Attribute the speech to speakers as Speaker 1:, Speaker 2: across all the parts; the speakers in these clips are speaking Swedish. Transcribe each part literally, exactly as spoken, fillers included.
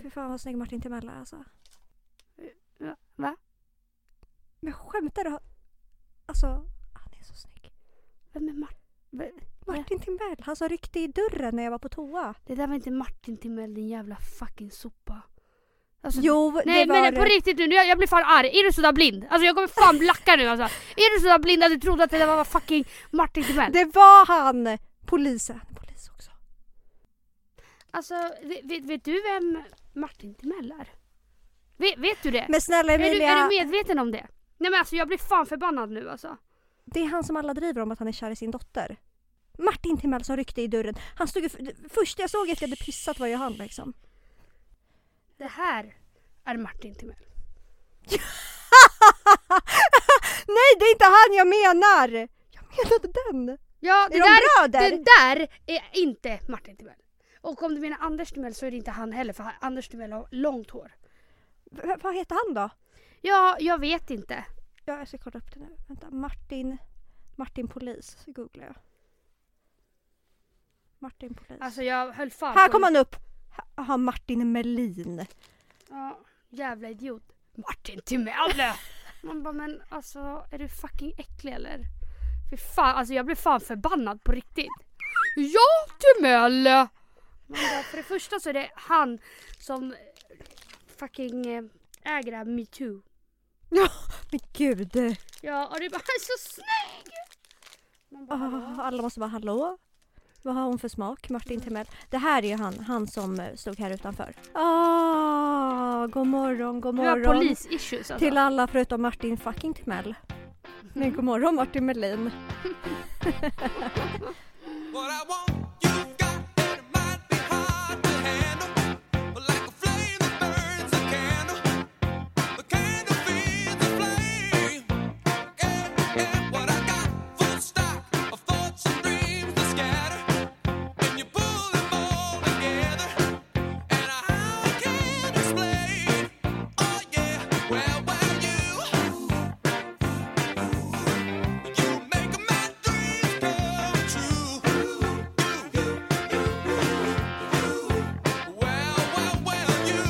Speaker 1: Fy fan vad snygg Martin Timell är alltså.
Speaker 2: Ja, va?
Speaker 1: Men skämtar du? Alltså, han är så snygg.
Speaker 2: Vem är Martin?
Speaker 1: Martin Timell, han som ryckte i dörren när jag var på toa.
Speaker 2: Det där var inte Martin Timell, din jävla fucking sopa. Alltså,
Speaker 1: jo,
Speaker 2: nej
Speaker 1: det var...
Speaker 2: men på riktigt nu, jag, jag blir fan arg. Är du sådär blind? Alltså jag kommer fan lacka nu alltså. Är du sådär blind att du trodde att det där var fucking Martin Timell?
Speaker 1: Det var han! Polisen. Polis också.
Speaker 2: Alltså, vet, vet du vem Martin Timell är? Vet, vet du det?
Speaker 1: Men snälla
Speaker 2: är, du,
Speaker 1: Emilia...
Speaker 2: är du medveten om det? Nej men alltså jag blir fan förbannad nu alltså.
Speaker 1: Det är han som alla driver om att han är kär i sin dotter. Martin Timell som ryckte i dörren. Han stod ju... Först jag såg att jag hade pissat var ju han liksom.
Speaker 2: Det här är Martin Timell.
Speaker 1: Nej, det är inte han jag menar. Jag menade den.
Speaker 2: Ja, det
Speaker 1: är
Speaker 2: där,
Speaker 1: de bröder?
Speaker 2: det där är inte Martin Timell. Och om du menar Anders Timell så är det inte han heller, för Anders Timell har långt hår.
Speaker 1: V- vad heter han då?
Speaker 2: Ja, jag vet inte.
Speaker 1: Ja, jag ska kolla upp det nu. Vänta, Martin... Martin Polis, så googlar jag. Martin Polis.
Speaker 2: Alltså jag höll fan
Speaker 1: Här
Speaker 2: på-
Speaker 1: kommer han upp. Aha, Martin Melin.
Speaker 2: Ja, jävla idiot. Martin Timell! Man bara, men alltså, är du fucking äcklig eller? Fy fan, alltså jag blir fan förbannad på riktigt. Ja, Timell! Man bara, för det första så är det han som fucking eh, äger det här MeToo.
Speaker 1: Ja, men gud.
Speaker 2: Ja, och det är bara, han är så snygg! Man bara,
Speaker 1: Oh, alla måste bara, hallå? Vad har hon för smak? Martin Timell. Det här är ju han, han som stod här utanför. Ah, god morgon, god
Speaker 2: du har
Speaker 1: morgon.
Speaker 2: polis-issues alltså.
Speaker 1: Till alla förutom Martin fucking Timell. Men god morgon Martin Melin.
Speaker 3: What I want, you got, and it might be hard to handle. But like a flame that burns a candle, the candle feeds the flame. Yeah, yeah, what I got, full stock of thoughts and dreams to scatter. And you pull them all together, and I can't explain. Oh yeah, well, well, you, you make my dreams come true. Well, well, well, you,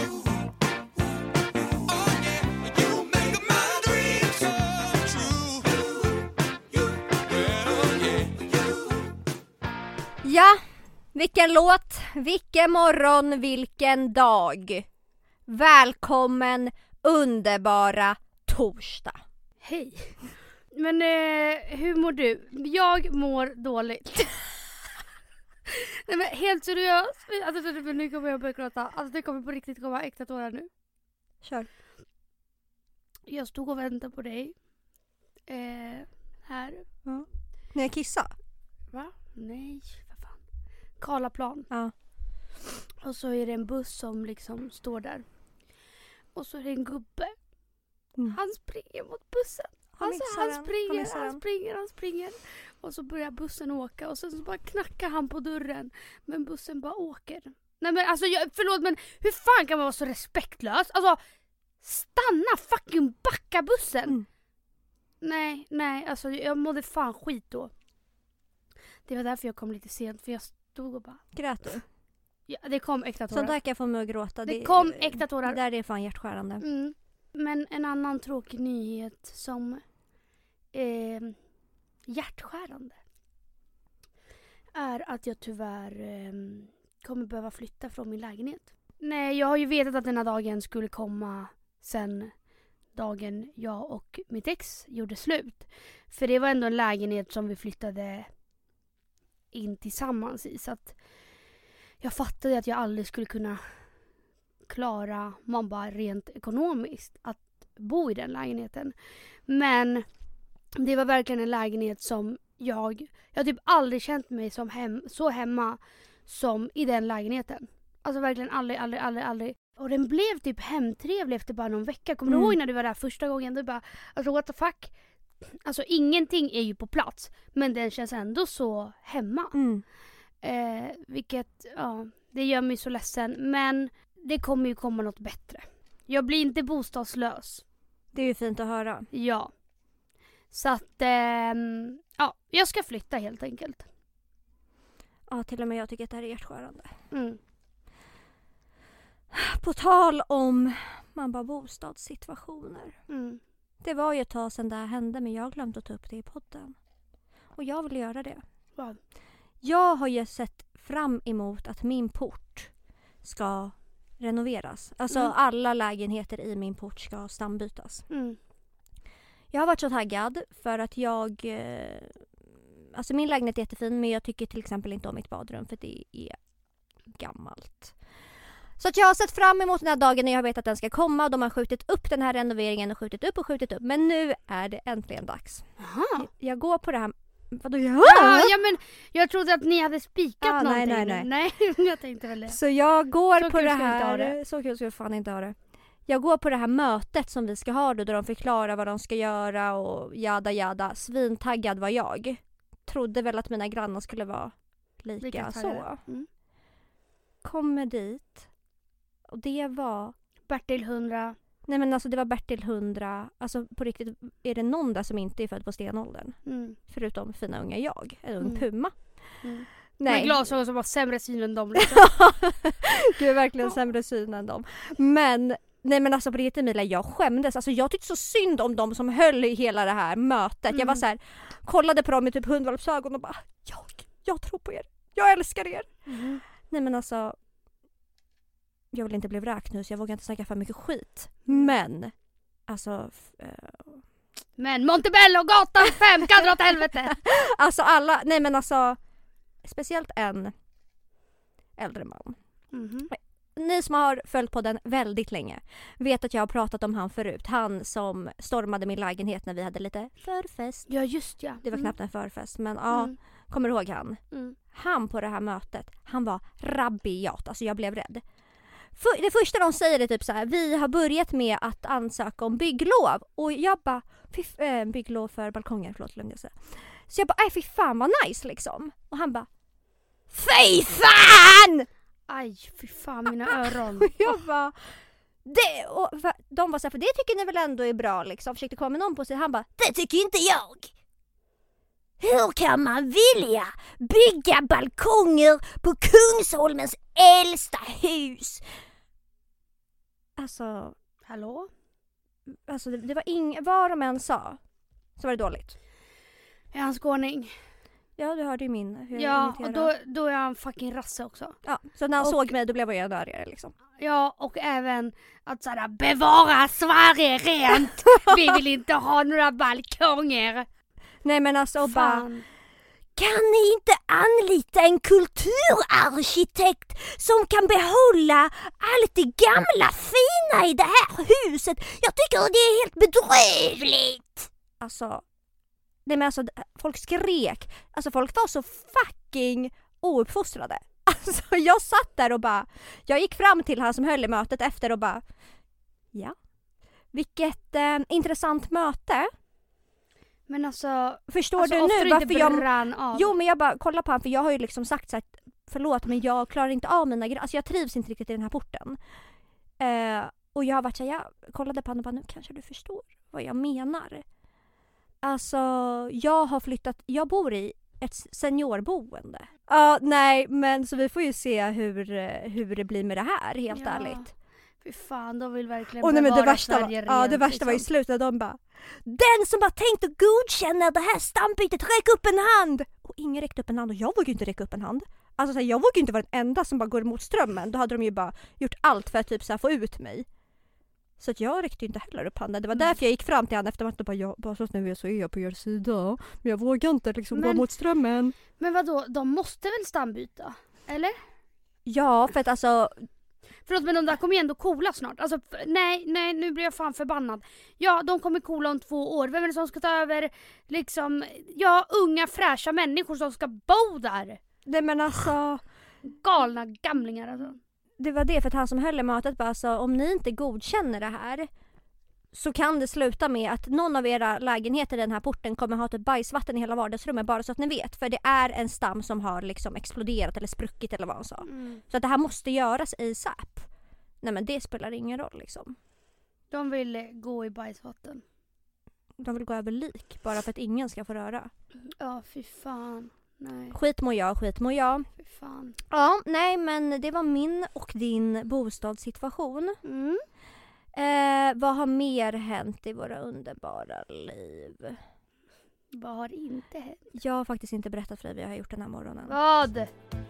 Speaker 3: oh yeah, you make my dreams come true. Well, yeah.
Speaker 1: Ja, vilken låt, vilken morgon, vilken dag. Välkommen underbara torsdag.
Speaker 2: Hej. Men eh, hur mår du? Jag mår dåligt. Nej men helt seriöst. Alltså, nu kommer jag börja gråta. Alltså det kommer på riktigt komma äkta tårar nu.
Speaker 1: Kör.
Speaker 2: Jag stod och väntade på dig. Eh, här.
Speaker 1: När jag kissar?
Speaker 2: Va? Nej, för fan. Karlaplan.
Speaker 1: Ja.
Speaker 2: Och så är det en buss som liksom står där. Och så är det en gubbe.
Speaker 1: Mm.
Speaker 2: Han springer mot bussen.
Speaker 1: Han
Speaker 2: Alltså,
Speaker 1: missar
Speaker 2: han,
Speaker 1: den. Han
Speaker 2: springer,
Speaker 1: missar
Speaker 2: han
Speaker 1: den.
Speaker 2: springer, han springer. Och så börjar bussen åka. Och sen så bara knackar han på dörren. Men bussen bara åker. Nej men alltså, jag, förlåt men hur fan kan man vara så respektlös? Alltså, stanna, fucking backa bussen.
Speaker 1: Mm.
Speaker 2: Nej, nej, alltså jag mådde fan skit då. Det var därför jag kom lite sent. För jag stod och bara...
Speaker 1: Grät du?
Speaker 2: Ja, det kom äkta tårar.
Speaker 1: Sånt där kan jag få mig att gråta.
Speaker 2: Det kom äkta tårar.
Speaker 1: Det där är fan hjärtskärande.
Speaker 2: Mm. Men en annan tråkig nyhet som eh, hjärtskärande är att jag tyvärr eh, kommer behöva flytta från min lägenhet. Nej, jag har ju vetat att den här dagen skulle komma sen dagen jag och mitt ex gjorde slut. För det var ändå en lägenhet som vi flyttade in tillsammans i. Så att jag fattade att jag aldrig skulle kunna klara, man bara rent ekonomiskt, att bo i den lägenheten. Men det var verkligen en lägenhet som jag, jag har typ aldrig känt mig som hem, så hemma som i den lägenheten. Alltså verkligen aldrig, aldrig, aldrig, aldrig. Och den blev typ hemtrevlig efter bara någon vecka. Kommer
Speaker 1: Mm.
Speaker 2: du ihåg när du var där första gången? Du bara, alltså what the fuck? Alltså ingenting är ju på plats. Men den känns ändå så hemma.
Speaker 1: Mm.
Speaker 2: Eh, vilket, ja, det gör mig så ledsen. Men det kommer ju komma något bättre. Jag blir inte bostadslös.
Speaker 1: Det är ju fint att höra.
Speaker 2: Ja. Så att, ehm, ja, jag ska flytta helt enkelt.
Speaker 1: Ja, till och med jag tycker att det här är hjärtskärande.
Speaker 2: Mm.
Speaker 1: På tal om man bara bostadssituationer.
Speaker 2: Mm.
Speaker 1: Det var ju ett tag sedan det här hände, men jag har glömt att ta upp det i podden. Och jag vill göra det.
Speaker 2: Vad?
Speaker 1: Jag har ju sett fram emot att min port ska renoveras. Alltså
Speaker 2: Mm.
Speaker 1: alla lägenheter i min port ska stambytas.
Speaker 2: Mm.
Speaker 1: Jag har varit så taggad för att jag... Eh, alltså min lägenhet är jättefin, men jag tycker till exempel inte om mitt badrum för det är gammalt. Så att jag har sett fram emot den här dagen när jag vet att den ska komma. De har skjutit upp den här renoveringen och skjutit upp och skjutit upp. Men nu är det äntligen dags.
Speaker 2: Jaha.
Speaker 1: Jag går på det här... Vadå?
Speaker 2: Ja, ja men jag trodde att ni hade spikat
Speaker 1: Ah, nej,
Speaker 2: någonting.
Speaker 1: nej,
Speaker 2: nej. Nej, jag tänkte väl det.
Speaker 1: Så jag går
Speaker 2: Så
Speaker 1: på
Speaker 2: kul
Speaker 1: det
Speaker 2: ska vi inte ha
Speaker 1: här...
Speaker 2: det.
Speaker 1: Så kul ska vi fan inte ha det. Jag går på det här mötet som vi ska ha då, där de förklarar vad de ska göra och jada jada. Svintaggad var jag. Trodde väl att mina grannar skulle vara lika,
Speaker 2: Lika
Speaker 1: så.
Speaker 2: taggade. Mm.
Speaker 1: Kommer dit. Och det var...
Speaker 2: Bertil hundra.
Speaker 1: Nej men alltså det var Bertil hundra. Alltså på riktigt, är det någon där som inte är född på stenåldern?
Speaker 2: Mm.
Speaker 1: Förutom fina unga jag. En ung
Speaker 2: Mm.
Speaker 1: puma.
Speaker 2: Mm.
Speaker 1: Nej.
Speaker 2: Med glasögon som har sämre syn än dem. Liksom.
Speaker 1: Du är verkligen sämre syn än dem. Men, nej men alltså på riktigt Emilia, jag skämdes. Alltså jag tyckte så synd om dem som höll i hela det här mötet.
Speaker 2: Mm.
Speaker 1: Jag var så här, kollade på dem med typ hundvalpsögon och bara, jag, jag tror på er. Jag älskar er.
Speaker 2: Mm.
Speaker 1: Nej men alltså, jag vill inte bli vräkt nu så jag vågar inte snacka för mycket skit. Men, alltså... F- eh,
Speaker 2: Men Montebello gatan fem kan dra åt helvete.
Speaker 1: alltså alla, nej men alltså, speciellt en äldre man.
Speaker 2: Mhm.
Speaker 1: Ni som har följt på den väldigt länge vet att jag har pratat om han förut. Han som stormade min lägenhet när vi hade lite förfest.
Speaker 2: Ja just ja.
Speaker 1: Det var
Speaker 2: Mm.
Speaker 1: knappt en förfest, men ja,
Speaker 2: Mm.
Speaker 1: kommer du ihåg han?
Speaker 2: Mm.
Speaker 1: Han på det här mötet, han var rabiat. Alltså jag blev rädd. För, det första de säger är typ så här: vi har börjat med att ansöka om bygglov. Och jag bara, fy, äh, bygglov för balkonger, förlåt glömde jag säga. Så jag bara, nej fy fan vad nice liksom. Och han bara, fy fan!
Speaker 2: Aj, fy fan mina öron.
Speaker 1: Och jag bara, det, och för, de var så här, för det tycker ni väl ändå är bra liksom. Försökte komma med någon på sig, han bara, det tycker inte jag. Hur kan man vilja bygga balkonger på Kungsholmens äldsta hus? Alltså,
Speaker 2: Hallå?
Speaker 1: alltså det, det var inget, vad de än sa så var det dåligt.
Speaker 2: Är han skåning?
Speaker 1: Ja, du hörde ju min. Hur jag
Speaker 2: Ja, och
Speaker 1: imiterade.
Speaker 2: då, då är han fucking rasse också.
Speaker 1: Ja, så när han
Speaker 2: och-
Speaker 1: såg mig då blev jag ännu argare liksom.
Speaker 2: Ja, och även att sådär bevara Sverige rent. Vi vill inte ha några balkonger.
Speaker 1: Nej men alltså och bara,
Speaker 2: Fan.
Speaker 1: kan ni inte anlita en kulturarkitekt som kan behålla allt det gamla fina i det här huset? Jag tycker det är helt bedrövligt. Alltså, nej men alltså folk skrek. Alltså folk var så fucking ouppfostrade. Alltså jag satt där och bara, jag gick fram till han som höll i mötet efter och bara, ja, vilket eh, intressant möte.
Speaker 2: Men alltså,
Speaker 1: Förstår
Speaker 2: alltså
Speaker 1: du
Speaker 2: ofta
Speaker 1: nu
Speaker 2: det
Speaker 1: varför
Speaker 2: inte
Speaker 1: jag...
Speaker 2: brann av.
Speaker 1: Jo men jag bara kollar på han för jag har ju liksom sagt så att förlåt men jag klarar inte av mina grejer. Alltså jag trivs inte riktigt i den här porten. Eh, och jag har varit så här, jag kollade på han och bara, nu kanske du förstår vad jag menar. Alltså jag har flyttat, jag bor i ett seniorboende. Ja, uh, nej men så vi får ju se hur, hur det blir med det här helt
Speaker 2: Ja.
Speaker 1: ärligt.
Speaker 2: Fy fan, de vill verkligen
Speaker 1: Och nej, men det
Speaker 2: bevara
Speaker 1: värsta, var,
Speaker 2: Sverige
Speaker 1: ja, det
Speaker 2: rent,
Speaker 1: värsta var i
Speaker 2: liksom.
Speaker 1: slutet. De bara, den som har tänkt att godkänna det här stambytet, räck upp en hand! Och ingen räckte upp en hand och jag vågade ju inte räcka upp en hand. Alltså så här, jag vågade ju inte vara den enda som bara går emot strömmen. Då hade de ju bara gjort allt för att typ så här, få ut mig. Så att jag räckte ju inte heller upp handen. Det var
Speaker 2: Mm.
Speaker 1: därför jag gick fram till han efter att och bara, jag, bara så att nu är så är jag på er sida. Men jag vågar inte liksom gå
Speaker 2: Men-
Speaker 1: mot strömmen.
Speaker 2: Men vadå, de måste väl stambyta? Eller?
Speaker 1: Ja, för att alltså,
Speaker 2: Förlåt men de där kommer ju ändå coola snart. Alltså f- nej, nej nu blir jag fan förbannad. Ja, de kommer coola om två år. Vem är det som ska ta över liksom, ja unga fräscha människor som ska bo där?
Speaker 1: nej men alltså...
Speaker 2: Galna gamlingar alltså.
Speaker 1: Det var det, för att han som höll i mötet bara, alltså, om ni inte godkänner det här så kan det sluta med att någon av era lägenheter i den här porten kommer ha typ bajsvatten i hela vardagsrummet, bara så att ni vet. För det är en stam som har liksom exploderat eller spruckit eller vad han sa.
Speaker 2: Mm.
Speaker 1: Så att det här måste göras ASAP. Nej men det spelar ingen roll liksom.
Speaker 2: De vill eh, gå i bajsvatten.
Speaker 1: De vill gå över lik bara för att ingen ska få röra.
Speaker 2: Ja, fy fan. Nej,
Speaker 1: Skit mår jag, skit mår jag.
Speaker 2: fy fan.
Speaker 1: Ja, nej men det var min och din bostadssituation.
Speaker 2: Mm.
Speaker 1: Eh, vad har mer hänt i våra underbara liv?
Speaker 2: Vad har inte hänt?
Speaker 1: Jag har faktiskt inte berättat för dig vad jag har gjort den här morgonen.
Speaker 2: Vad?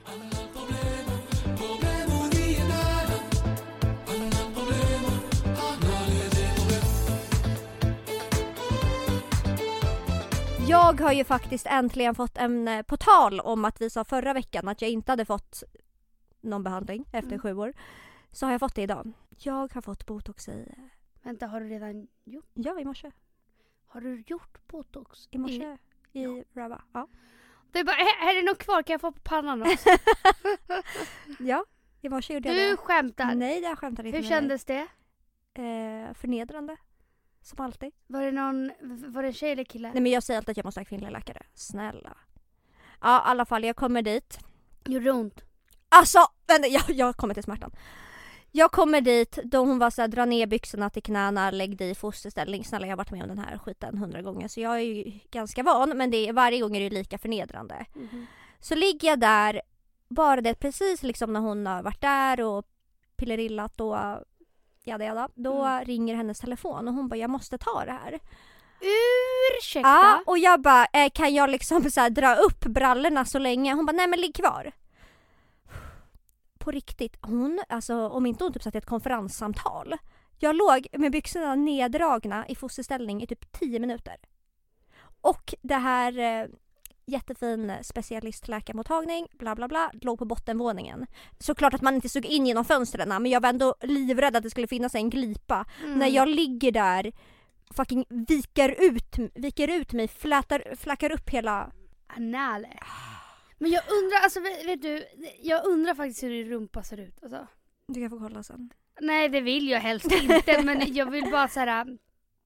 Speaker 1: Jag har ju faktiskt äntligen fått en, eh, på tal om att vi sa förra veckan att jag inte hade fått någon behandling efter
Speaker 2: Mm.
Speaker 1: sju år. Så har jag fått det idag. Jag har fått botox i,
Speaker 2: Vänta, har du redan gjort?
Speaker 1: ja i morse.
Speaker 2: Har du gjort botox?
Speaker 1: I morse. I röva. Ja.
Speaker 2: Det är bara, är, är det något kvar? Kan jag få på pannan också?
Speaker 1: Ja, i morse gjorde jag
Speaker 2: Du
Speaker 1: det.
Speaker 2: skämtar.
Speaker 1: Nej, det skämtar inte
Speaker 2: Hur
Speaker 1: med
Speaker 2: kändes det?
Speaker 1: dig. Eh, förnedrande. Som alltid.
Speaker 2: Var det någon, var det en tjej eller kille?
Speaker 1: Nej men jag säger alltid att jag måste ha kvinnlig läkare. Snälla. Ja, i alla fall jag kommer dit.
Speaker 2: Gjorde det ont?
Speaker 1: Alltså, vänta, jag, jag kommer till smärtan. Jag kommer dit, då hon var såhär, dra ner byxorna till knäna, lägg dig i fosterställning. Snälla, jag har varit med om den här skiten hundra gånger. Så jag är ju ganska van, men det är, varje gång är det lika förnedrande.
Speaker 2: Mhm.
Speaker 1: Så ligger jag där, bara det precis liksom när hon har varit där och pillerillat och jada jada. Då
Speaker 2: Mm.
Speaker 1: ringer hennes telefon och hon bara, jag måste ta det här.
Speaker 2: Ursäkta?
Speaker 1: Ja, och jag bara, eh, kan jag liksom så här, dra upp brallorna så länge? Hon bara, nej men ligg kvar. På riktigt, hon, alltså om inte hon typ satt i ett konferenssamtal. Jag låg med byxorna neddragna i fosterställning i typ tio minuter. Och det här eh, jättefin specialistläkarmottagning, bla bla bla, låg på bottenvåningen. Såklart att man inte såg in genom fönstren, men jag var ändå livrädd att det skulle finnas en glipa.
Speaker 2: Mm.
Speaker 1: När jag ligger där, fucking viker ut, viker ut mig, flätar, flackar upp hela...
Speaker 2: Anale. Men jag undrar, alltså vet, vet du, jag undrar faktiskt hur din rumpa ser ut. Alltså.
Speaker 1: Du kan få kolla sen.
Speaker 2: Nej, det vill jag helst inte, men jag vill bara så här.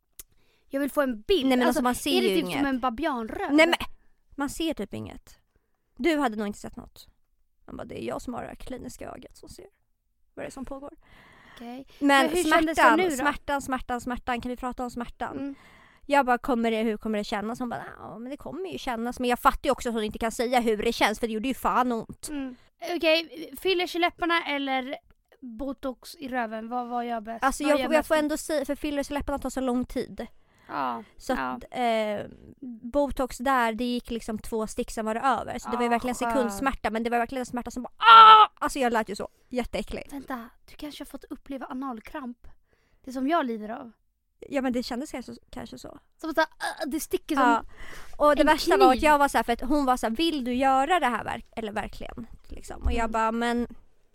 Speaker 2: Jag vill få en bild.
Speaker 1: Nej men
Speaker 2: alltså,
Speaker 1: alltså man ser
Speaker 2: är det
Speaker 1: ju
Speaker 2: typ
Speaker 1: inget.
Speaker 2: som en babianröv?
Speaker 1: Nej men man ser typ inget. Du hade nog inte sett något. Man bara, det är jag som har det här kliniska ögat som ser vad det är som pågår.
Speaker 2: Okej.
Speaker 1: Men
Speaker 2: Men hur kändes det
Speaker 1: smärtan,
Speaker 2: nu då?
Speaker 1: smärtan, smärtan, smärtan. Kan vi prata om smärtan?
Speaker 2: Mm.
Speaker 1: Jag bara, kommer det, hur kommer det kännas? Hon bara, ja men det kommer ju kännas. Men jag fattar ju också att hon inte kan säga hur det känns, för det gjorde ju fan ont.
Speaker 2: Mm. Okej, fillers i läpparna eller botox i röven? Vad, vad gör bäst?
Speaker 1: Alltså
Speaker 2: Vad
Speaker 1: jag,
Speaker 2: gör
Speaker 1: jag, jag
Speaker 2: mest
Speaker 1: får
Speaker 2: ont?
Speaker 1: ändå säga, för fillers i läpparna tar så lång tid.
Speaker 2: Ja.
Speaker 1: Så
Speaker 2: ja.
Speaker 1: att eh, botox där, det gick liksom två stick, sen var det över. Så det var ju
Speaker 2: Ah,
Speaker 1: verkligen
Speaker 2: skönt.
Speaker 1: sekundsmärta, men det var verkligen en smärta som bara ah! Alltså jag lät ju så jätteäckligt.
Speaker 2: Vänta, du kanske har fått uppleva analkramp? Det som jag lider av.
Speaker 1: Ja men det kändes kanske, kanske så.
Speaker 2: Som att uh, det sticker som...
Speaker 1: Ja. Och det
Speaker 2: en
Speaker 1: värsta var att
Speaker 2: kniv.
Speaker 1: jag var så här, för att hon var så här, vill du göra det här verk- eller verkligen? Liksom. Och jag
Speaker 2: Mm.
Speaker 1: bara, men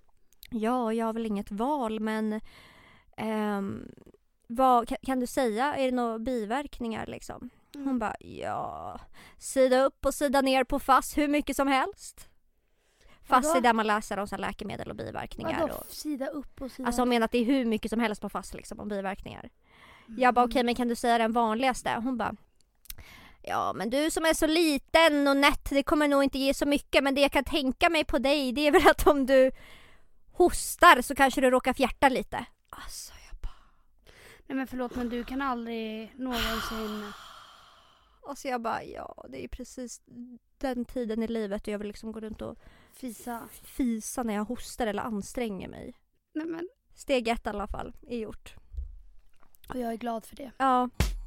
Speaker 1: ja, jag har väl inget val, men ehm, vad, kan, kan du säga, är det några biverkningar liksom?
Speaker 2: Mm.
Speaker 1: Hon bara, ja, sida upp och sida ner på F A S hur mycket som helst. F A S
Speaker 2: Vadå?
Speaker 1: är där man läser om så här läkemedel och biverkningar.
Speaker 2: Vadå,
Speaker 1: Och,
Speaker 2: sida upp och sida
Speaker 1: alltså hon
Speaker 2: ner?
Speaker 1: menar att det är hur mycket som helst på F A S liksom, om biverkningar. Jag bara, okej,
Speaker 2: Mm.
Speaker 1: men kan du säga den vanligaste? Hon bara, ja men du som är så liten och nätt, det kommer nog inte ge så mycket, men det jag kan tänka mig på dig, det är väl att om du hostar så kanske du råkar fjärta lite. Alltså jag bara,
Speaker 2: Nej men förlåt, men du kan aldrig någonsin...
Speaker 1: alltså jag bara, ja det är precis den tiden i livet och jag vill liksom gå runt och
Speaker 2: Fisa.
Speaker 1: fisa när jag hostar eller anstränger mig.
Speaker 2: Nej men,
Speaker 1: Steg ett i alla fall är gjort.
Speaker 2: och jag är glad för det.
Speaker 1: Ja.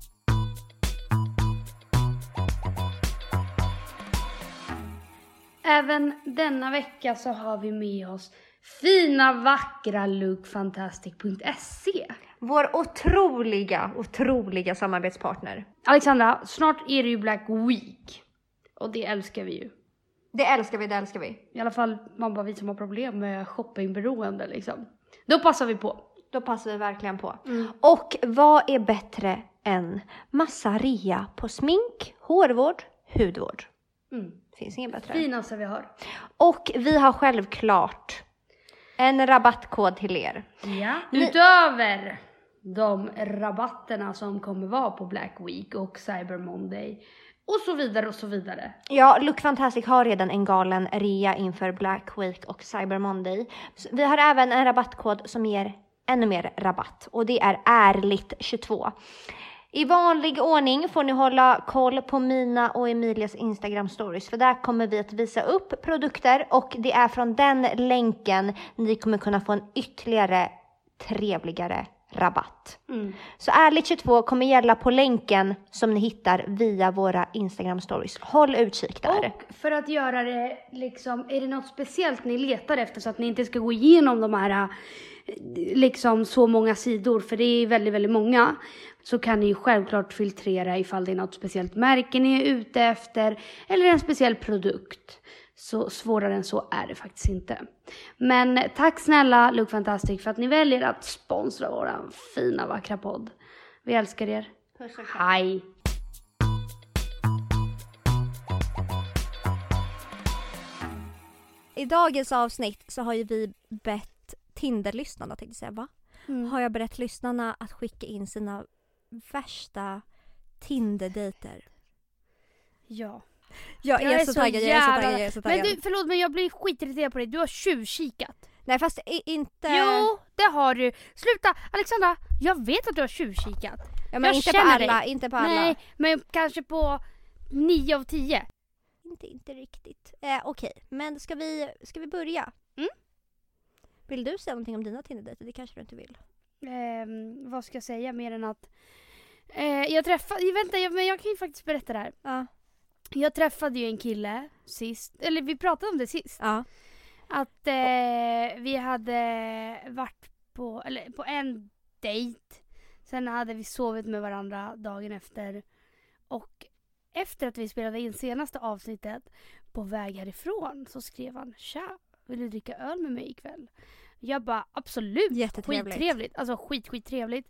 Speaker 2: Även denna vecka så har vi med oss fina, vackra lookfantastic punkt se.
Speaker 1: Vår otroliga, otroliga samarbetspartner.
Speaker 2: Alexandra, snart är det ju Black Week. Och det älskar vi ju.
Speaker 1: Det älskar vi, det älskar vi.
Speaker 2: I alla fall man bara vi som har problem med shoppingberoende liksom. Då passar vi på.
Speaker 1: Då passar vi verkligen på.
Speaker 2: Mm.
Speaker 1: Och vad är bättre än massa rea på smink, hårvård, hudvård?
Speaker 2: Mm.
Speaker 1: Finns inget bättre.
Speaker 2: Finaste vi har.
Speaker 1: Och vi har självklart en rabattkod till er.
Speaker 2: Ja.
Speaker 1: Ni-
Speaker 2: Utöver de rabatterna som kommer vara på Black Week och Cyber Monday. Och så vidare och så vidare.
Speaker 1: Ja, Look Fantastic har redan en galen rea inför Black Week och Cyber Monday. Så vi har även en rabattkod som ger ännu mer rabatt. Och det är ärligt tjugotvå.
Speaker 4: I vanlig ordning får ni hålla koll på mina och Emilias Instagram stories. För där kommer vi att visa upp produkter. Och det är från den länken ni kommer kunna få en ytterligare trevligare rabatt.
Speaker 2: Mm.
Speaker 4: Så Ärligt tjugotvå kommer gälla på länken som ni hittar via våra Instagram stories. Håll utkik där.
Speaker 2: Och för att göra det liksom, är det något speciellt ni letar efter så att ni inte ska gå igenom de här liksom så många sidor, för det är väldigt, väldigt många, så kan ni ju självklart filtrera ifall det är något speciellt märke ni är ute efter eller en speciell produkt. Så svårare än så är det faktiskt inte. Men tack snälla Look Fantastic för att ni väljer att sponsra våran fina vackra podd. Vi älskar er. Hej!
Speaker 1: I dagens avsnitt så har ju vi bett Tinder-lyssnarna, tänkte jag säga, va?
Speaker 2: Mm.
Speaker 1: Har jag bett lyssnarna att skicka in sina värsta Tinder-dejter.
Speaker 2: Ja.
Speaker 1: Jag, jag är så taggad, jag är så taggad, jag är så taggad.
Speaker 2: Men du, förlåt, men jag blir skitirriterad på dig. Du har tjuvkikat.
Speaker 1: Nej, fast i, inte...
Speaker 2: Jo, det har du. Sluta, Alexandra, jag vet att du har tjuvkikat.
Speaker 1: Ja, men
Speaker 2: jag
Speaker 1: inte på
Speaker 2: känner
Speaker 1: alla,
Speaker 2: dig.
Speaker 1: inte på alla.
Speaker 2: Nej, men kanske på nio av tio.
Speaker 1: Inte, inte riktigt. Eh, Okej, men ska vi, ska vi börja?
Speaker 2: Mm.
Speaker 1: Vill du säga någonting om dina Tinder-dejter? Det kanske du inte vill.
Speaker 2: Eh, vad ska jag säga mer än att... Eh, jag träffade... Vänta, jag, men jag kan ju faktiskt berätta det här.
Speaker 1: Ja.
Speaker 2: Jag träffade ju en kille sist. Eller vi pratade om det sist.
Speaker 1: Ja.
Speaker 2: Att eh, vi hade varit på, eller på en dejt. Sen hade vi sovit med varandra dagen efter. Och efter att vi spelade in senaste avsnittet på väg härifrån så skrev han: tja, vill du dricka öl med mig ikväll? Jag bara, absolut.
Speaker 1: Jättetrevligt.
Speaker 2: Skittrevligt. Alltså skit, skittrevligt.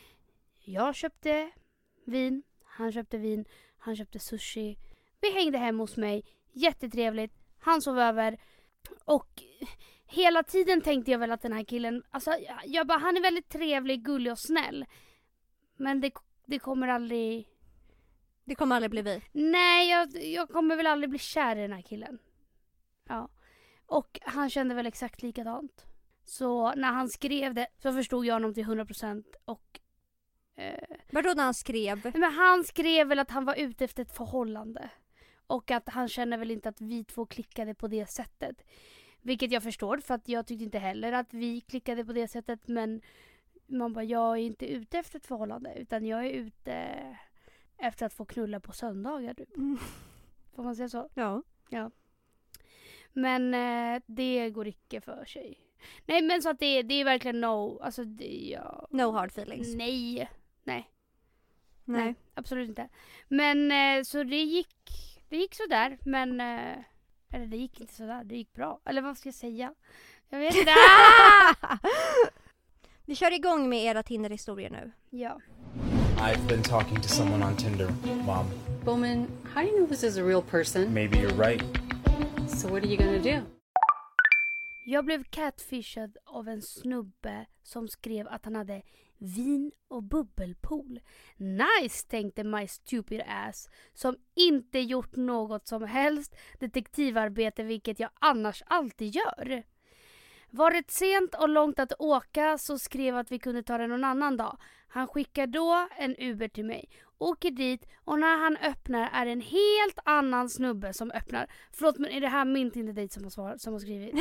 Speaker 2: Jag köpte vin. Han köpte vin. Han köpte sushi. Vi hängde hem hos mig. Jättetrevligt. Han sov över. Och hela tiden tänkte jag väl att den här killen, alltså jag, jag bara, han är väldigt trevlig, gullig och snäll. Men det, det kommer aldrig...
Speaker 1: Det kommer aldrig bli vi.
Speaker 2: Nej, jag, jag kommer väl aldrig bli kär i den här killen. Ja. Och han kände väl exakt likadant. Så när han skrev det så förstod jag honom till hundra procent. Och... Eh,
Speaker 1: Vadå när han skrev?
Speaker 2: men han skrev väl att han var ute efter ett förhållande. Och att han känner väl inte att vi två klickade på det sättet. Vilket jag förstår, för att jag tyckte inte heller att vi klickade på det sättet. Men man bara, jag är inte ute efter ett förhållande. Utan jag är ute efter att få knulla på söndagar. Typ.
Speaker 1: Mm.
Speaker 2: Får man säga så?
Speaker 1: Ja.
Speaker 2: Ja. Men eh, det går icke för sig. Nej, men så att det, det är verkligen no. Alltså det, ja.
Speaker 1: No hard feelings.
Speaker 2: Nej. Nej.
Speaker 1: Nej.
Speaker 2: Nej, absolut inte. Men eh, så det gick det gick så där, men eh, eller det gick inte så där, det gick bra. Eller vad ska jag säga? Jag vet inte. Ah!
Speaker 1: Vi kör igång med era Tinder-historier nu.
Speaker 2: Ja.
Speaker 5: I've been talking to someone on Tinder, Mom.
Speaker 6: Bowman, how do you know this is a real person?
Speaker 5: Maybe you're right.
Speaker 6: So what are you gonna do?
Speaker 2: Jag blev catfishad av en snubbe som skrev att han hade vin och bubbelpool. Nice, tänkte my stupid ass, som inte gjort något som helst detektivarbete, vilket jag annars alltid gör. Var det sent och långt att åka så skrev att vi kunde ta det någon annan dag. Han skickar då en Uber till mig. Åker dit och när han öppnar är det en helt annan snubbe som öppnar. Förlåt, men är det här min Tinder-date som har, svar, som har skrivit?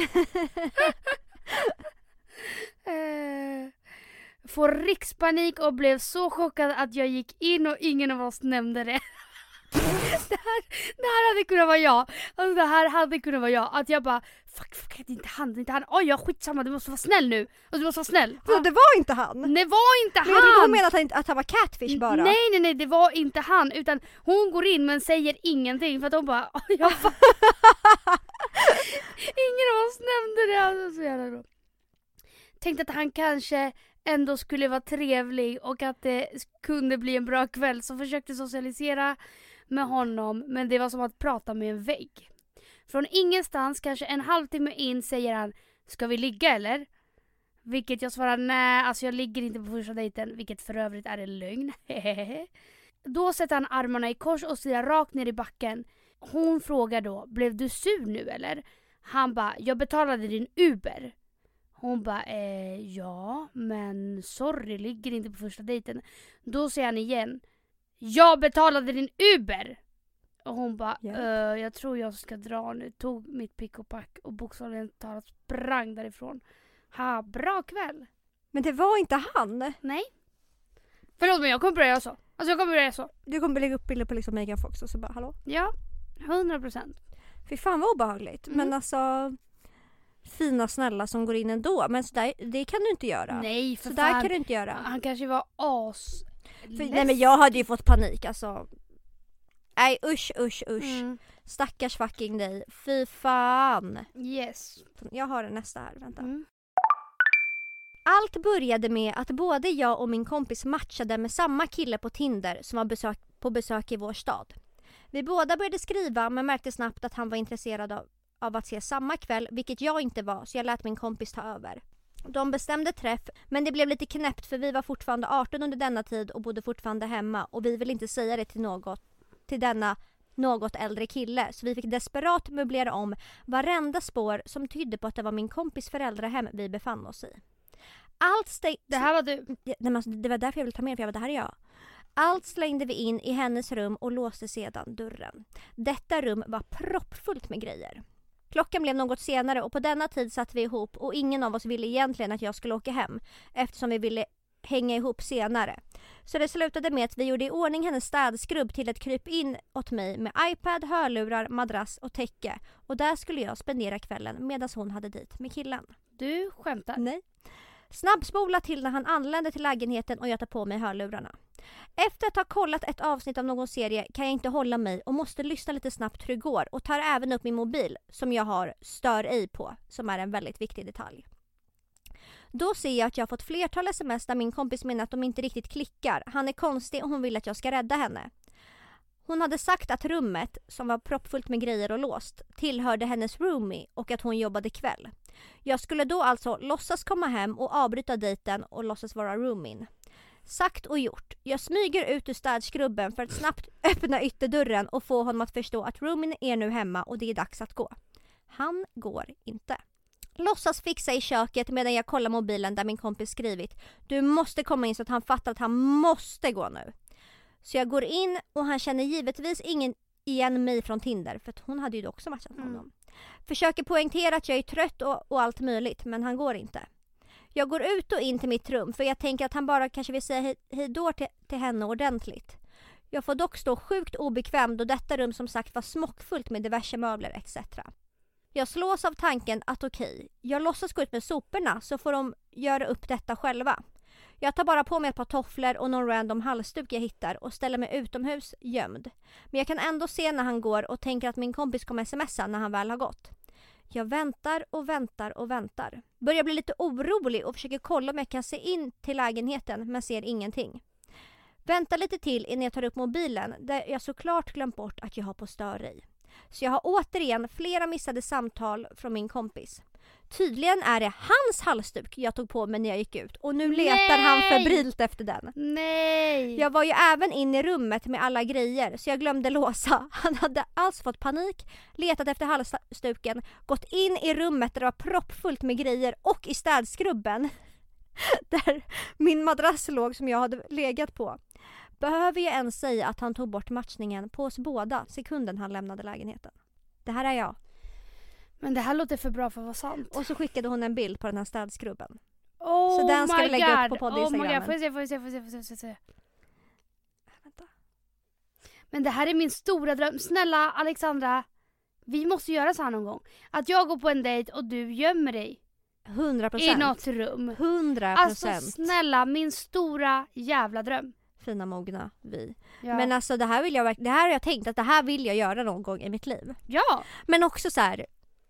Speaker 2: eh, får rikspanik och blev så chockad att jag gick in och ingen av oss nämnde det. det, här, det här hade kunnat vara jag. Alltså det här hade kunnat vara jag. Att jag bara, fuck, fuck, det är inte han, det är inte han. Oj, jag skitsamma, du måste vara snäll nu. Och du måste vara snäll.
Speaker 1: Så det var inte han?
Speaker 2: Det var inte
Speaker 1: Men jag trodde
Speaker 2: han.
Speaker 1: hon menade att han, att han var catfish bara.
Speaker 2: Nej, nej, nej, det var inte han. Utan hon går in men säger ingenting. För att hon bara, oj, jag bara... Ingen av oss nämnde det. Alltså, så jävla bra. Tänkte att han kanske ändå skulle vara trevlig och att det kunde bli en bra kväll. Så försökte socialisera med honom, men det var som att prata med en vägg. Från ingenstans, kanske en halvtimme in, säger han: ska vi ligga eller? Vilket jag svarar, nej, alltså jag ligger inte på första dejten, vilket för övrigt är en lögn. Då sätter han armarna i kors och stirrar rakt ner i backen. Hon frågar då, blev du sur nu eller? Han bara, jag betalade din Uber. Hon bara, eh, ja, men sorry, ligger inte på första dejten. Då säger han igen, jag betalade din Uber. Och hon bara,
Speaker 1: Ja.
Speaker 2: "Eh, jag tror jag ska dra nu. Tog mitt pick och pack och bokstavligen talat sprang därifrån. Ha, bra kväll.
Speaker 1: Men det var inte han.
Speaker 2: Nej. Förlåt men jag kommer börja så. Alltså jag kommer börja så.
Speaker 1: Du kommer lägga upp bilder på liksom Megan Fox och så bara hallå.
Speaker 2: Ja, hundra procent.
Speaker 1: Fy fan vad obehagligt.
Speaker 2: Mm.
Speaker 1: Men alltså fina snälla som går in ändå. Men så där, det kan du inte göra.
Speaker 2: Nej för
Speaker 1: så där
Speaker 2: fan.
Speaker 1: kan du inte göra.
Speaker 2: Han kanske var as.
Speaker 1: För, nej men jag hade ju fått panik alltså. Nej usch usch usch.
Speaker 2: Mm.
Speaker 1: Stackars fucking dig. Fy fan.
Speaker 2: Yes.
Speaker 1: Jag har den nästa här, vänta.
Speaker 2: Mm.
Speaker 1: Allt började med att både jag och min kompis matchade med samma kille på Tinder som var besök, på besök i vår stad. Vi båda började skriva men märkte snabbt att han var intresserad av, av att se samma kväll, vilket jag inte var, så jag lät min kompis ta över. De bestämde träff, men det blev lite knäppt för vi var fortfarande arton under denna tid och bodde fortfarande hemma och vi ville inte säga det till något, till denna något äldre kille, så vi fick desperat möblera om varenda spår som tydde på att det var min kompis föräldrahem vi befann oss i. Allt stäng...
Speaker 2: Det här var du.
Speaker 1: Nej, men alltså, det var därför jag ville ta med, för jag var, det här är jag. Allt slängde vi in i hennes rum och låste sedan dörren. Detta rum var proppfullt med grejer. Klockan blev något senare och på denna tid satt vi ihop och ingen av oss ville egentligen att jag skulle åka hem eftersom vi ville hänga ihop senare. Så det slutade med att vi gjorde i ordning hennes städskrubb till ett kryp in åt mig med iPad, hörlurar, madrass och täcke. Och där skulle jag spendera kvällen medan hon hade dit med killen.
Speaker 2: Du skämtar.
Speaker 1: Nej. Snabbspola till när han anlände till lägenheten och jag tar på mig hörlurarna. Efter att ha kollat ett avsnitt av någon serie kan jag inte hålla mig och måste lyssna lite snabbt hur det går och tar även upp min mobil som jag har stör ej på, som är en väldigt viktig detalj. Då ser jag att jag har fått flertal sms där min kompis menar att de inte riktigt klickar. Han är konstig och hon vill att jag ska rädda henne. Hon hade sagt att rummet, som var proppfullt med grejer och låst, tillhörde hennes roomie och att hon jobbade kväll. Jag skulle då alltså låtsas komma hem och avbryta dejten och låtsas vara roomien. Sagt och gjort. Jag smyger ut ur städskrubben för att snabbt öppna ytterdörren och få honom att förstå att roomien är nu hemma och det är dags att gå. Han går inte. Låtsas fixa i köket medan jag kollar mobilen där min kompis skrivit: du måste komma in så att han fattar att han måste gå nu. Så jag går in och han känner givetvis ingen igen mig från Tinder, för att hon hade ju också matchat med honom. Mm. Försöker poängtera att jag är trött och, och allt möjligt, men han går inte. Jag går ut och in till mitt rum för jag tänker att han bara kanske vill säga hej, hej då till, till henne ordentligt. Jag får dock stå sjukt obekväm då detta rum som sagt var smockfullt med diverse möbler et cetera. Jag slås av tanken att okej, jag låtsas gå ut med soporna så får de göra upp detta själva. Jag tar bara på mig ett par tofflor och någon random halsduk jag hittar och ställer mig utomhus gömd. Men jag kan ändå se när han går och tänker att min kompis kommer smsa när han väl har gått. Jag väntar och väntar och väntar. Börjar bli lite orolig och försöker kolla om jag kan se in till lägenheten men ser ingenting. Väntar lite till innan jag tar upp mobilen där jag såklart glömt bort att jag har på stör i. Så jag har återigen flera missade samtal från min kompis. Tydligen är det hans halsduk jag tog på mig när jag gick ut och nu letar
Speaker 2: Nej!
Speaker 1: han febrilt efter den.
Speaker 2: Nej!
Speaker 1: Jag var ju även inne i rummet med alla grejer så jag glömde låsa. Han hade alltså fått panik, letat efter halsduken, gått in i rummet där det var proppfullt med grejer och i städskrubben där min madrass låg som jag hade legat på. Behöver jag ens säga att han tog bort matchningen på oss båda sekunden han lämnade lägenheten. Det här är jag.
Speaker 2: Men det här låter för bra för att vara sant.
Speaker 1: Och så skickade hon en bild på den här städskrubben.
Speaker 2: Oh
Speaker 1: så den ska
Speaker 2: my
Speaker 1: vi lägga
Speaker 2: God.
Speaker 1: upp på
Speaker 2: Oh my
Speaker 1: podd-instagrammen.
Speaker 2: God. Får jag se, får jag se, får jag se, får jag se, får jag se.
Speaker 1: Vänta.
Speaker 2: Men det här är min stora dröm. Snälla Alexandra, vi måste göra så här någon gång. Att jag går på en dejt och du gömmer dig
Speaker 1: hundra procent.
Speaker 2: i något rum.
Speaker 1: hundra procent.
Speaker 2: Alltså snälla, min stora jävla dröm.
Speaker 1: Fina mogna vi.
Speaker 2: Ja.
Speaker 1: Men alltså det här vill jag det här har jag tänkt att det här vill jag göra någon gång i mitt liv.
Speaker 2: Ja.
Speaker 1: Men också så här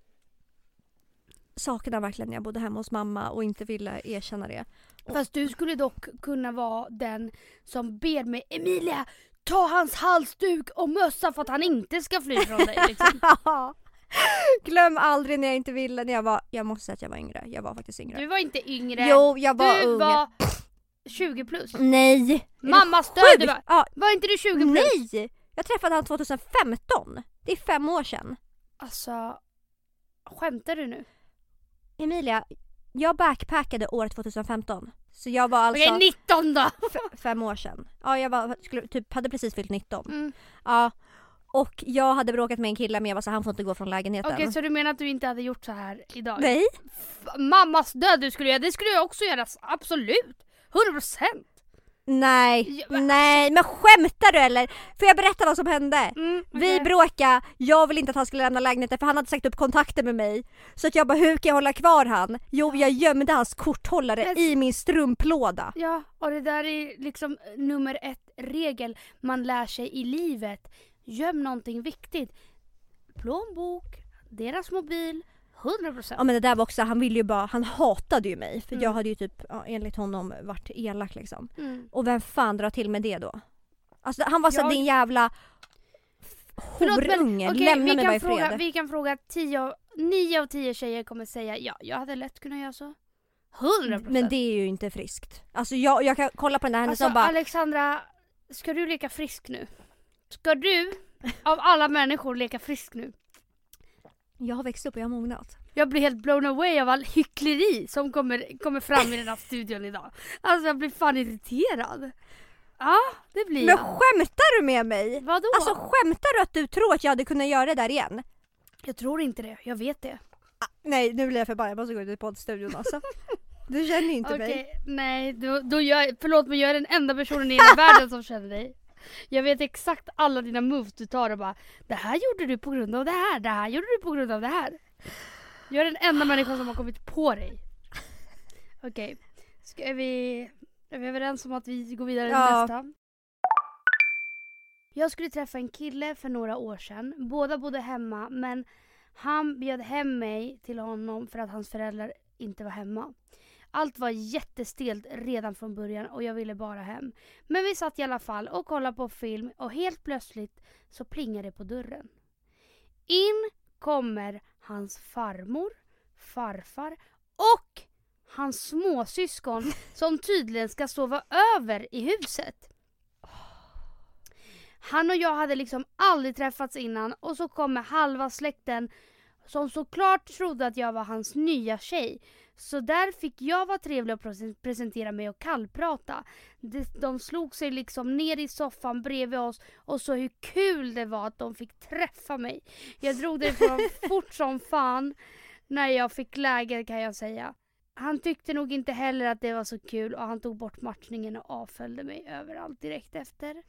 Speaker 1: saknar verkligen när jag bodde hemma hos mamma och inte ville erkänna det.
Speaker 2: Fast du skulle dock kunna vara den som ber mig, Emilia, ta hans halsduk och mössa för att han inte ska fly från dig. Liksom.
Speaker 1: Glöm aldrig när jag inte ville när jag var, jag måste säga att jag var yngre. Jag var faktiskt yngre.
Speaker 2: Du var inte yngre.
Speaker 1: Jo, jag var
Speaker 2: du
Speaker 1: ung.
Speaker 2: var tjugo plus.
Speaker 1: Nej.
Speaker 2: Mamma stöd du var.
Speaker 1: Ja.
Speaker 2: Var inte du tjugo plus?
Speaker 1: Nej. Jag träffade han tjugohundrafemton. Det är fem år sedan.
Speaker 2: Alltså, skämtar du nu?
Speaker 1: Emilia, jag backpackade år tjugohundrafemton. Så jag var alltså
Speaker 2: Okej, nitton då!
Speaker 1: f- fem år sedan. Ja, jag var, skulle, typ, hade precis fyllt nitton.
Speaker 2: Mm.
Speaker 1: Ja. Och jag hade bråkat med en kille, men jag var så han får inte gå från lägenheten.
Speaker 2: Okej, så du menar att du inte hade gjort så här idag?
Speaker 1: Nej.
Speaker 2: F- mammas död du skulle göra, det skulle jag också göra, absolut! hundra procent!
Speaker 1: Nej,
Speaker 2: Ja, men-
Speaker 1: nej, men skämtar du eller? Får jag berätta vad som hände?
Speaker 2: Mm,
Speaker 1: Vi
Speaker 2: okej.
Speaker 1: bråkade, jag ville inte att han skulle lämna lägenheten för han hade sagt upp kontakter med mig. Så att jag bara, hur kan jag hålla kvar han? Jo, jag gömde hans korthållare
Speaker 2: Men-
Speaker 1: i min strumplåda.
Speaker 2: Ja, och det där är liksom nummer ett regel man lär sig i livet. Göm någonting viktigt. Plånbok, deras mobil, hundra procent.
Speaker 1: Ja men det där var också, han ville ju bara, han hatade ju mig. För
Speaker 2: Mm.
Speaker 1: jag hade ju typ, ja, enligt honom varit elak liksom.
Speaker 2: Mm.
Speaker 1: Och vem fan drar till med det då? Alltså han var så
Speaker 2: Jag-
Speaker 1: din jävla
Speaker 2: Förlåt, men,
Speaker 1: horunge,
Speaker 2: okej,
Speaker 1: lämna
Speaker 2: vi
Speaker 1: mig
Speaker 2: kan
Speaker 1: bara i
Speaker 2: fråga,
Speaker 1: fred.
Speaker 2: Vi kan fråga tio, av- nio av tio tjejer kommer säga ja, jag hade lätt kunnat göra så. hundra procent.
Speaker 1: Men det är ju inte friskt. Alltså jag, jag kan kolla på den här händelsen
Speaker 2: Alltså
Speaker 1: och bara,
Speaker 2: Alexandra, ska du leka frisk nu? Ska du av alla människor leka frisk nu?
Speaker 1: jag har växt upp och jag har mognat.
Speaker 2: Jag blir helt blown away av all hyckleri som kommer, kommer fram i den här studion idag. Alltså jag blir fan irriterad. Ja, det blir
Speaker 1: Men
Speaker 2: jag.
Speaker 1: skämtar du med mig?
Speaker 2: Vadå?
Speaker 1: Alltså skämtar du att du tror att jag hade kunnat göra det där igen?
Speaker 2: Jag tror inte det, jag vet det.
Speaker 1: Nej, nu blir jag förbannad. Jag måste gå ut i poddstudion alltså. Du känner inte
Speaker 2: Okej,
Speaker 1: mig.
Speaker 2: nej, då, då jag, förlåt men jag är den enda personen i hela världen som känner dig. Jag vet exakt alla dina moves du tar och bara, det här gjorde du på grund av det här, det här gjorde du på grund av det här. Jag är den enda människan som har kommit på dig. Okej, ska vi, är vi överens om att vi går vidare till
Speaker 1: Ja.
Speaker 2: nästa? Jag skulle träffa en kille för några år sedan. Båda bodde hemma, men han bjöd hem mig till honom för att hans föräldrar inte var hemma. Allt var jättestelt redan från början och jag ville bara hem. Men vi satt i alla fall och kollade på film och helt plötsligt så plingade det på dörren. In kommer hans farmor, farfar och hans småsyskon som tydligen ska sova över i huset. Han och jag hade liksom aldrig träffats innan och så kommer halva släkten som såklart trodde att jag var hans nya tjej. Så där fick jag vara trevlig och pre- presentera mig och kallprata. De, de slog sig liksom ner i soffan bredvid oss och så hur kul det var att de fick träffa mig. Jag drog det från fort som fan när jag fick läge kan jag säga. Han tyckte nog inte heller att det var så kul och han tog bort matchningen och avföljde mig överallt direkt efter.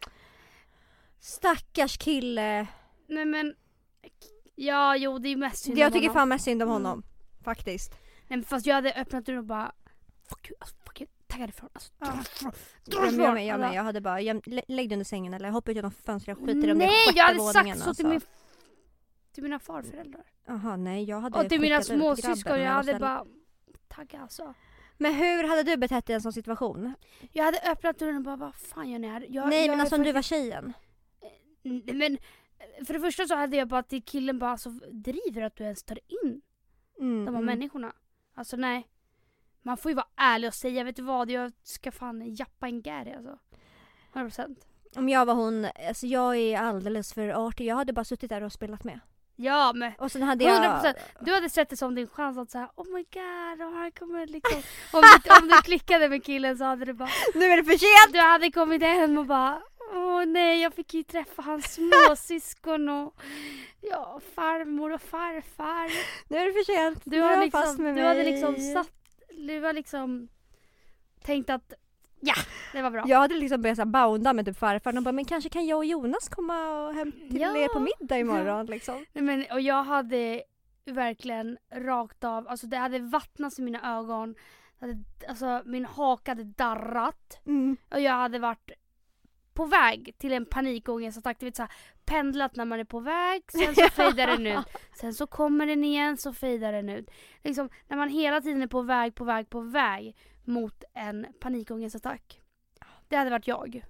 Speaker 1: Stackars kille.
Speaker 2: Nej men, ja jo det är mest synd
Speaker 1: Jag
Speaker 2: om
Speaker 1: tycker
Speaker 2: honom.
Speaker 1: fan mest synd om honom. Faktiskt.
Speaker 2: Nej men fast jag hade öppnat dörren och bara fuck you, alltså, fuck you, tagga härifrån. Alltså, dra ifrån, dra
Speaker 1: Jag,
Speaker 2: ifrån.
Speaker 1: jag, med, jag, med.
Speaker 2: Alltså,
Speaker 1: jag hade bara, jag, lä- lägg dig under sängen eller hoppa ut genom fönstret och skiter om det
Speaker 2: nej
Speaker 1: sjätte
Speaker 2: jag hade
Speaker 1: våningen,
Speaker 2: sagt så till, min,
Speaker 1: alltså.
Speaker 2: till mina farföräldrar.
Speaker 1: Jaha, nej jag hade
Speaker 2: Och till mina
Speaker 1: skickat ut
Speaker 2: småsyskon,
Speaker 1: grabben,
Speaker 2: jag
Speaker 1: men
Speaker 2: hade
Speaker 1: ställ-
Speaker 2: bara tagga alltså.
Speaker 1: Men hur hade du betett dig i en sån situation?
Speaker 2: Jag hade öppnat dörren och bara vad fan gör ni här? Jag,
Speaker 1: nej
Speaker 2: jag
Speaker 1: men
Speaker 2: är
Speaker 1: alltså om du
Speaker 2: faktiskt-
Speaker 1: var tjejen.
Speaker 2: Nej, men för det första så hade jag bara till killen bara alltså driver att du ens tar in
Speaker 1: Mm,
Speaker 2: de här
Speaker 1: mm.
Speaker 2: människorna. Alltså nej. Man får ju vara ärlig och säga vet du vad jag ska fan jappa en Gary alltså. hundra procent.
Speaker 1: Om jag var hon, alltså jag är alldeles för artig. Jag hade bara suttit där och spelat med.
Speaker 2: Ja men
Speaker 1: Och sen hade jag...
Speaker 2: hundra procent. Du hade sett det som din chans att säga oh my god, och här kommer liksom om du, om du klickade med killen så hade du bara
Speaker 1: Nu är det för sent!
Speaker 2: du hade kommit hem och bara åh nej jag fick ju träffa hans småsyskon och ja farmor och farfar.
Speaker 1: Nu är det för sent.
Speaker 2: Du,
Speaker 1: Nu är
Speaker 2: har
Speaker 1: han
Speaker 2: liksom,
Speaker 1: fast med
Speaker 2: du
Speaker 1: mig.
Speaker 2: hade liksom satt, du har liksom tänkt att ja, det var bra.
Speaker 1: Jag hade liksom börjat så här bounda med typ farfar och bara, men kanske kan jag och Jonas komma och hem till
Speaker 2: Ja.
Speaker 1: er på middag imorgon liksom.
Speaker 2: Nej, men, och jag hade verkligen rakt av, alltså det hade vattnats i mina ögon. Det hade, alltså min haka hade darrat.
Speaker 1: Mm.
Speaker 2: Och jag hade varit på väg till en panikångestattack. Du vet såhär, pendlat när man är på väg. Sen så fejdar den ut. Sen så kommer den igen, så fejdar den ut. Liksom, när man hela tiden är på väg, på väg, på väg mot en panikångestattack. Det hade varit jag.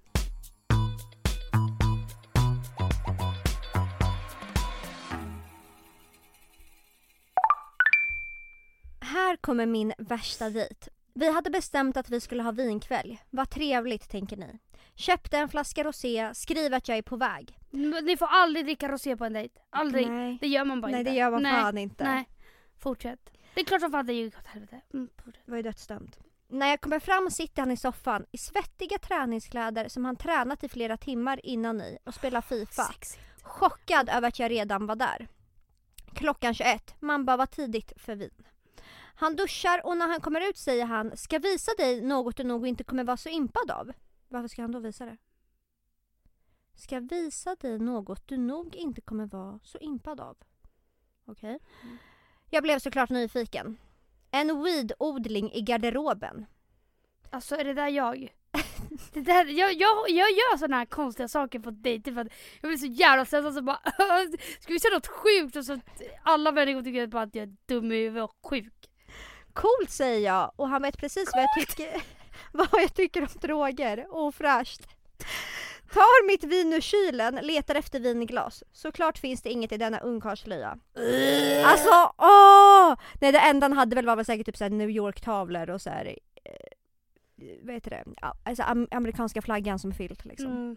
Speaker 1: Här kommer min värsta dejt. Vi hade bestämt att vi skulle ha vinkväll. Vad trevligt, tänker ni. Köpte en flaska rosé, skriv att jag är på väg.
Speaker 2: Ni får aldrig dricka rosé på en dejt. Aldrig.
Speaker 1: Nej,
Speaker 2: Det gör man bara
Speaker 1: Nej
Speaker 2: inte.
Speaker 1: det gör man
Speaker 2: Nej.
Speaker 1: fan inte.
Speaker 2: Nej, fortsätt. Det är klart som fan det gick åt helvete. Mm, fortsätt.
Speaker 1: Det var ju dödsdömt. När jag kommer fram sitter han i soffan i svettiga träningskläder som han tränat i flera timmar innan i och spelar FIFA.
Speaker 2: Sexigt.
Speaker 1: Chockad över att jag redan var där. Klockan tjugoett, man bara var tidigt för vin. Han duschar och när han kommer ut säger han, ska visa dig något du nog inte kommer vara så impad av. Varför ska han då visa det? Ska visa dig något du nog inte kommer vara så impad av. Okej. Okay. Mm. Jag blev såklart nyfiken. En weed-odling i garderoben.
Speaker 2: Alltså är det där jag? det där, jag, jag, jag gör såna här konstiga saker på dejter för att jag blir så jävla stressad så bara ska vi säga något sjukt och så att alla människor tycker bara att jag är dum i huvudet och sjuk.
Speaker 1: Coolt säger jag och han vet precis vad jag tycker vad jag tycker om droger. Ofräscht. Tar mitt vin ur kylen, letar efter vinglas. Såklart finns det inget i denna ungkarlslöja. Uh. Alltså, åh! Nej, det enda han hade väl var väl säkert typ så här New York-tavlor och så här, eh, vad heter det? Ja, alltså am- amerikanska flaggan som filt liksom. Mm.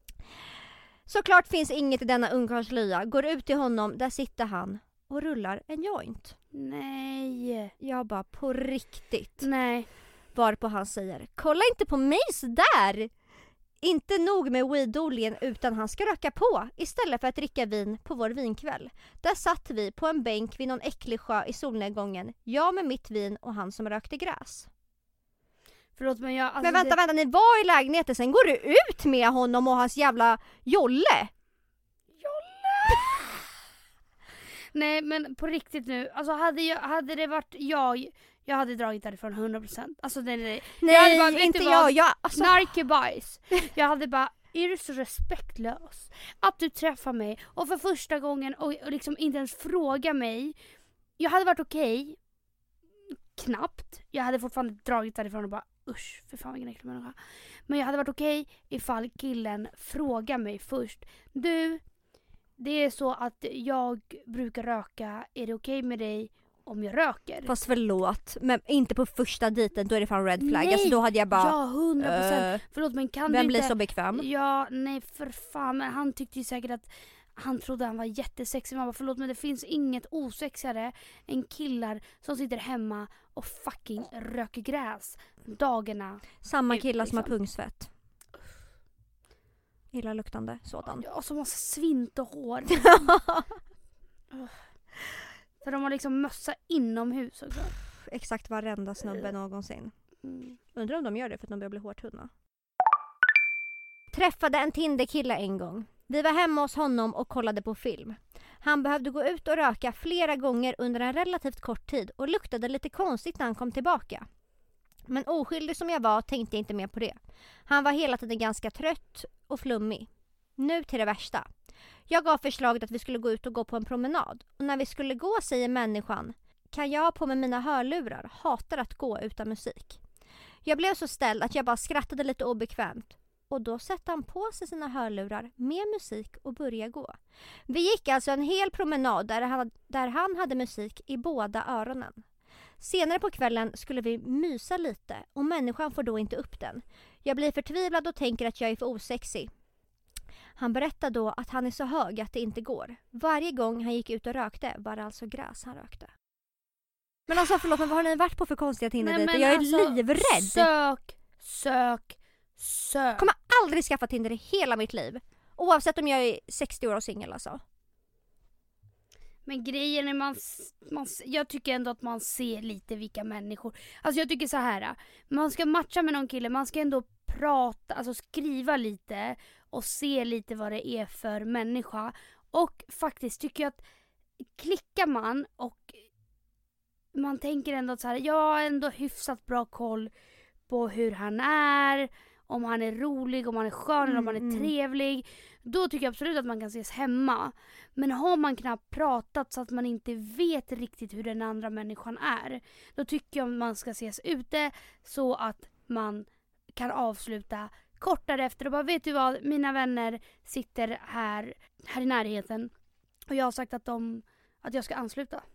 Speaker 1: Såklart finns inget i denna ungkarlslöja. Går ut till honom, där sitter han och rullar en joint.
Speaker 2: Nej.
Speaker 1: Jag bara, på riktigt.
Speaker 2: Nej.
Speaker 1: Varpå han säger, kolla inte på mig så där. Inte nog med weedolien utan han ska röka på istället för att dricka vin på vår vinkväll. Där satt vi på en bänk vid någon äcklig sjö i solnedgången. Jag med mitt vin och han som rökte gräs.
Speaker 2: Förlåt, men jag... Alltså
Speaker 1: men vänta,
Speaker 2: det...
Speaker 1: vänta, ni var i lägenheten, sen går du ut med honom och hans jävla jolle.
Speaker 2: Jolle! Nej, men på riktigt nu. Alltså hade, jag, hade det varit jag... Jag hade dragit därifrån hundra procent. Alltså nej, nej.
Speaker 1: Nej,
Speaker 2: jag hade bara,
Speaker 1: inte jag. jag alltså...
Speaker 2: Narkebajs. Jag hade bara, är du så respektlös att du träffar mig och för första gången och, och liksom inte ens fråga mig. Jag hade varit okej. Okay. Knappt. Jag hade fortfarande dragit därifrån och bara, usch, för fan vilken äcklig människa. Men jag hade varit okej okay ifall killen frågar mig först. Du, det är så att jag brukar röka. Är det okej okay med dig om jag röker?
Speaker 1: Fast förlåt, men inte på första dejten, då är det fan red flag.
Speaker 2: Nej,
Speaker 1: alltså då hade jag bara
Speaker 2: ja, hundra procent. Uh, förlåt, men kan
Speaker 1: vem
Speaker 2: du
Speaker 1: blir
Speaker 2: inte...
Speaker 1: så bekväm?
Speaker 2: Ja, nej för fan, men han tyckte ju säkert att han trodde han var jättesexig. Man bara, förlåt, men det finns inget osexigare än killar som sitter hemma och fucking röker gräs dagarna.
Speaker 1: Samma
Speaker 2: ut,
Speaker 1: killar
Speaker 2: liksom.
Speaker 1: som har pungsvett. Illaluktande sådan.
Speaker 2: Ja, som har svint och hår. uh. För de har liksom mössa inomhus också.
Speaker 1: Exakt varenda snubbe någonsin. Mm. Undrar om de gör det för att de börjar bli hårtunna. Träffade en Tinder-kille en gång. Vi var hemma hos honom och kollade på film. Han behövde gå ut och röka flera gånger under en relativt kort tid och luktade lite konstigt när han kom tillbaka. Men oskyldig som jag var tänkte jag inte mer på det. Han var hela tiden ganska trött och flummig. Nu till det värsta. Jag gav förslaget att vi skulle gå ut och gå på en promenad. Och när vi skulle gå säger människan, kan jag ha på mig mina hörlurar? Hatar att gå utan musik. Jag blev så ställd att jag bara skrattade lite obekvämt. Och då satte han på sig sina hörlurar med musik och började gå. Vi gick alltså en hel promenad där han, där han hade musik i båda öronen. Senare på kvällen skulle vi mysa lite och människan får då inte upp den. Jag blir förtvivlad och tänker att jag är för osexig. Han berättar då att han är så hög att det inte går. Varje gång han gick ut och rökte var det alltså gräs han rökte. Men alltså förlåt, men vad har ni varit på för konstiga Tinder-dejter? Jag är alltså, livrädd.
Speaker 2: Sök, sök, sök.
Speaker 1: Kommer aldrig skaffa Tinder i hela mitt liv. Oavsett om jag är sextio år och singel alltså.
Speaker 2: Men grejen är man, man jag tycker ändå att man ser lite vilka människor. Alltså jag tycker så här, man ska matcha med någon kille, man ska ändå prata, alltså skriva lite och se lite vad det är för människa. Och faktiskt tycker jag att klickar man och man tänker ändå att så här, jag har ändå hyfsat bra koll på hur han är, om han är rolig, om han är skön, mm, om han är trevlig. Då tycker jag absolut att man kan ses hemma. Men har man knappt pratat så att man inte vet riktigt hur den andra människan är, då tycker jag att man ska ses ute så att man kan avsluta kortare efter och bara, vet du vad, mina vänner sitter här, här i närheten och jag har sagt att, de, att jag ska ansluta.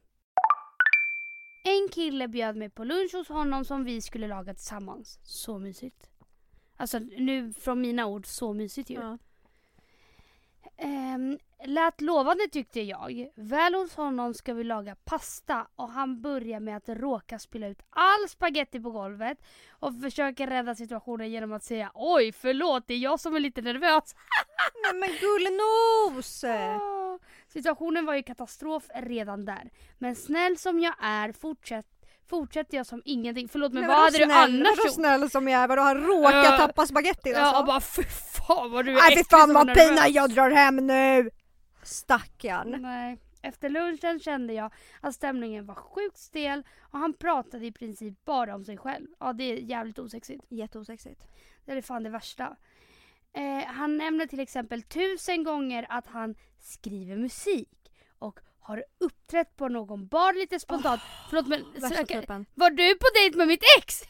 Speaker 2: En kille bjöd mig på lunch hos honom som vi skulle laga tillsammans. Så mysigt. Alltså nu från mina ord, så mysigt ju. Ja. Ehm, lät lovande tyckte jag. Väl hos honom ska vi laga pasta och han börjar med att råka spilla ut all spaghetti på golvet och försöker rädda situationen genom att säga oj förlåt det är jag som är lite nervös.
Speaker 7: Nej men gullnos!
Speaker 2: Ah, situationen var ju katastrof redan där. Men snäll som jag är fortsätt, fortsätter jag som ingenting. Förlåt men
Speaker 7: Nej,
Speaker 2: vad
Speaker 7: vadå
Speaker 2: hade du
Speaker 7: snäll?
Speaker 2: annars
Speaker 7: Vadå
Speaker 2: gjort?
Speaker 7: snäll som jag är? Vadå, han råkar
Speaker 2: Uh,
Speaker 7: tappa spaghetti alltså?
Speaker 2: Ja och bara fy fan vad du är
Speaker 7: Nej fy
Speaker 2: äcklig
Speaker 7: fan
Speaker 2: som
Speaker 7: vad
Speaker 2: nervös.
Speaker 7: pina, jag drar hem nu! Stackarn.
Speaker 2: Nej. Efter lunchen kände jag att stämningen var sjukt stel och han pratade i princip bara om sig själv. Ja det är jävligt osexigt.
Speaker 7: Jätteosexigt.
Speaker 2: Det är fan det värsta. Eh, han nämnde till exempel tusen gånger att han skriver musik och har uppträtt på någon bar lite spontant. Oh, Förlåt men
Speaker 7: värsta
Speaker 2: så,
Speaker 7: typen.
Speaker 2: var du på dejt med mitt ex?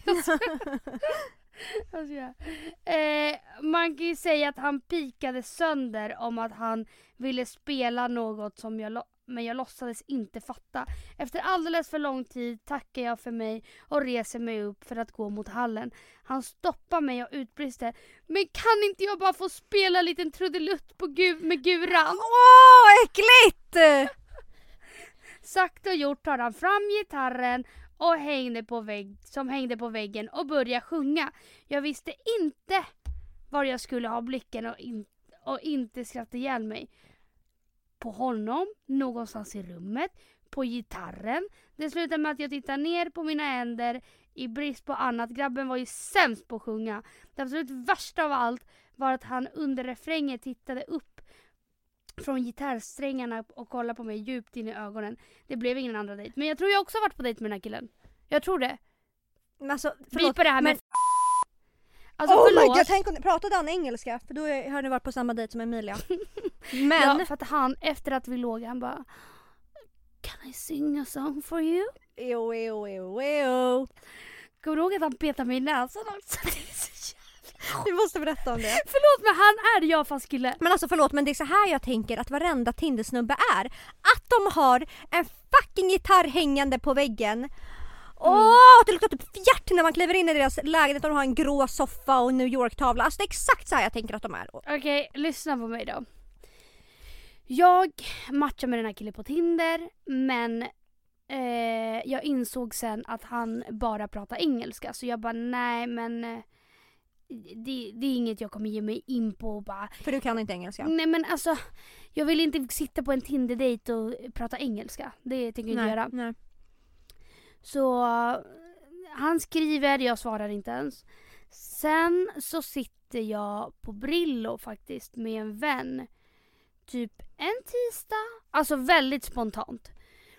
Speaker 2: Alltså, ja. eh, man kan ju säga att han pikade sönder om att han ville spela något som jag lo- men jag låtsades inte fatta. Efter alldeles för lång tid tackar jag för mig och reser mig upp för att gå mot hallen. Han stoppar mig och utbrister: men kan inte jag bara få spela en liten trudelutt på gu- med guran?
Speaker 7: Åh, äckligt!
Speaker 2: Sagt och gjort tar han fram gitarren och hängde på vägg, som hängde på väggen och började sjunga. Jag visste inte var jag skulle ha blicken och, in, och inte skratta ihjäl mig. På honom, någonstans i rummet, på gitarren. Det slutade med att jag tittade ner på mina händer i brist på annat. Grabben var ju sämst på att sjunga. Det absolut värsta av allt var att han under refrängen tittade upp från gitarrsträngarna och kollade på mig djupt in i ögonen. Det blev ingen andra dejt. Men jag tror jag också har varit på dejt med den här killen. Jag tror det.
Speaker 7: Men alltså, förlåt.
Speaker 2: Bipa det här
Speaker 7: men...
Speaker 2: med alltså
Speaker 7: oh
Speaker 2: förlåt.
Speaker 7: my god, tänk om ni pratade han engelska? För då är- har ni varit på samma dejt som Emilia. Men...
Speaker 2: Ja, för att han, efter att vi låg, han bara Can I sing a song for you?
Speaker 7: Jo, jo, jo, jo.
Speaker 2: Kommer du ihåg att han petade mig i näsan också? Det är så jävla...
Speaker 7: Vi måste berätta om det.
Speaker 2: Förlåt men han är jag fast kille.
Speaker 7: Men alltså förlåt, men det är så här jag tänker att varenda Tindersnubbe är. Att de har en fucking gitarr hängande på väggen. Åh, mm. oh, det luktar typ fjärt när man kliver in i deras lägenhet och de har en grå soffa och New York-tavla. Alltså det är exakt så här jag tänker att de är.
Speaker 2: Okej, okay, lyssna på mig då. Jag matchade med den här killen på Tinder, men eh, jag insåg sen att han bara pratar engelska. Så jag bara, nej men eh, det, det är inget jag kommer ge mig in på. Och bara,
Speaker 7: för du kan inte engelska?
Speaker 2: Nej men alltså, jag vill inte sitta på en Tinder-date och prata engelska. Det tänker jag inte göra.
Speaker 7: Nej.
Speaker 2: Så han skriver, jag svarar inte ens. Sen så sitter jag på Brillo faktiskt med en vän. Typ en tisdag. Alltså väldigt spontant.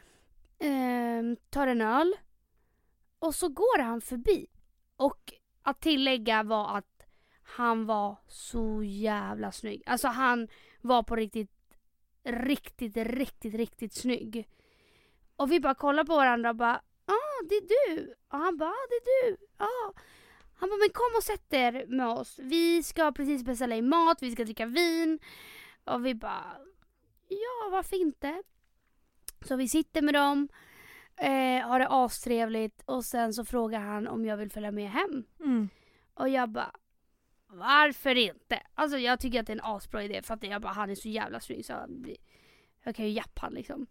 Speaker 2: Ehm, tar en öl. Och så går han förbi. Och att tillägga var att han var så jävla snygg. Alltså han var på riktigt, riktigt, riktigt, riktigt snygg. Och vi bara kollar på varandra och bara, ah det är du. Och han bara, ah det är du. Ah. Han bara, men kom och sätt er med oss. Vi ska precis beställa i mat, vi ska dricka vin. Och vi bara, ja varför inte? Så vi sitter med dem, eh, har det astrevligt. Och sen så frågar han om jag vill följa med hem.
Speaker 7: Mm.
Speaker 2: Och jag bara, varför inte? Alltså jag tycker att det är en asbra idé. För att jag bara, han är så jävla snygg så jag kan ju jappa han liksom.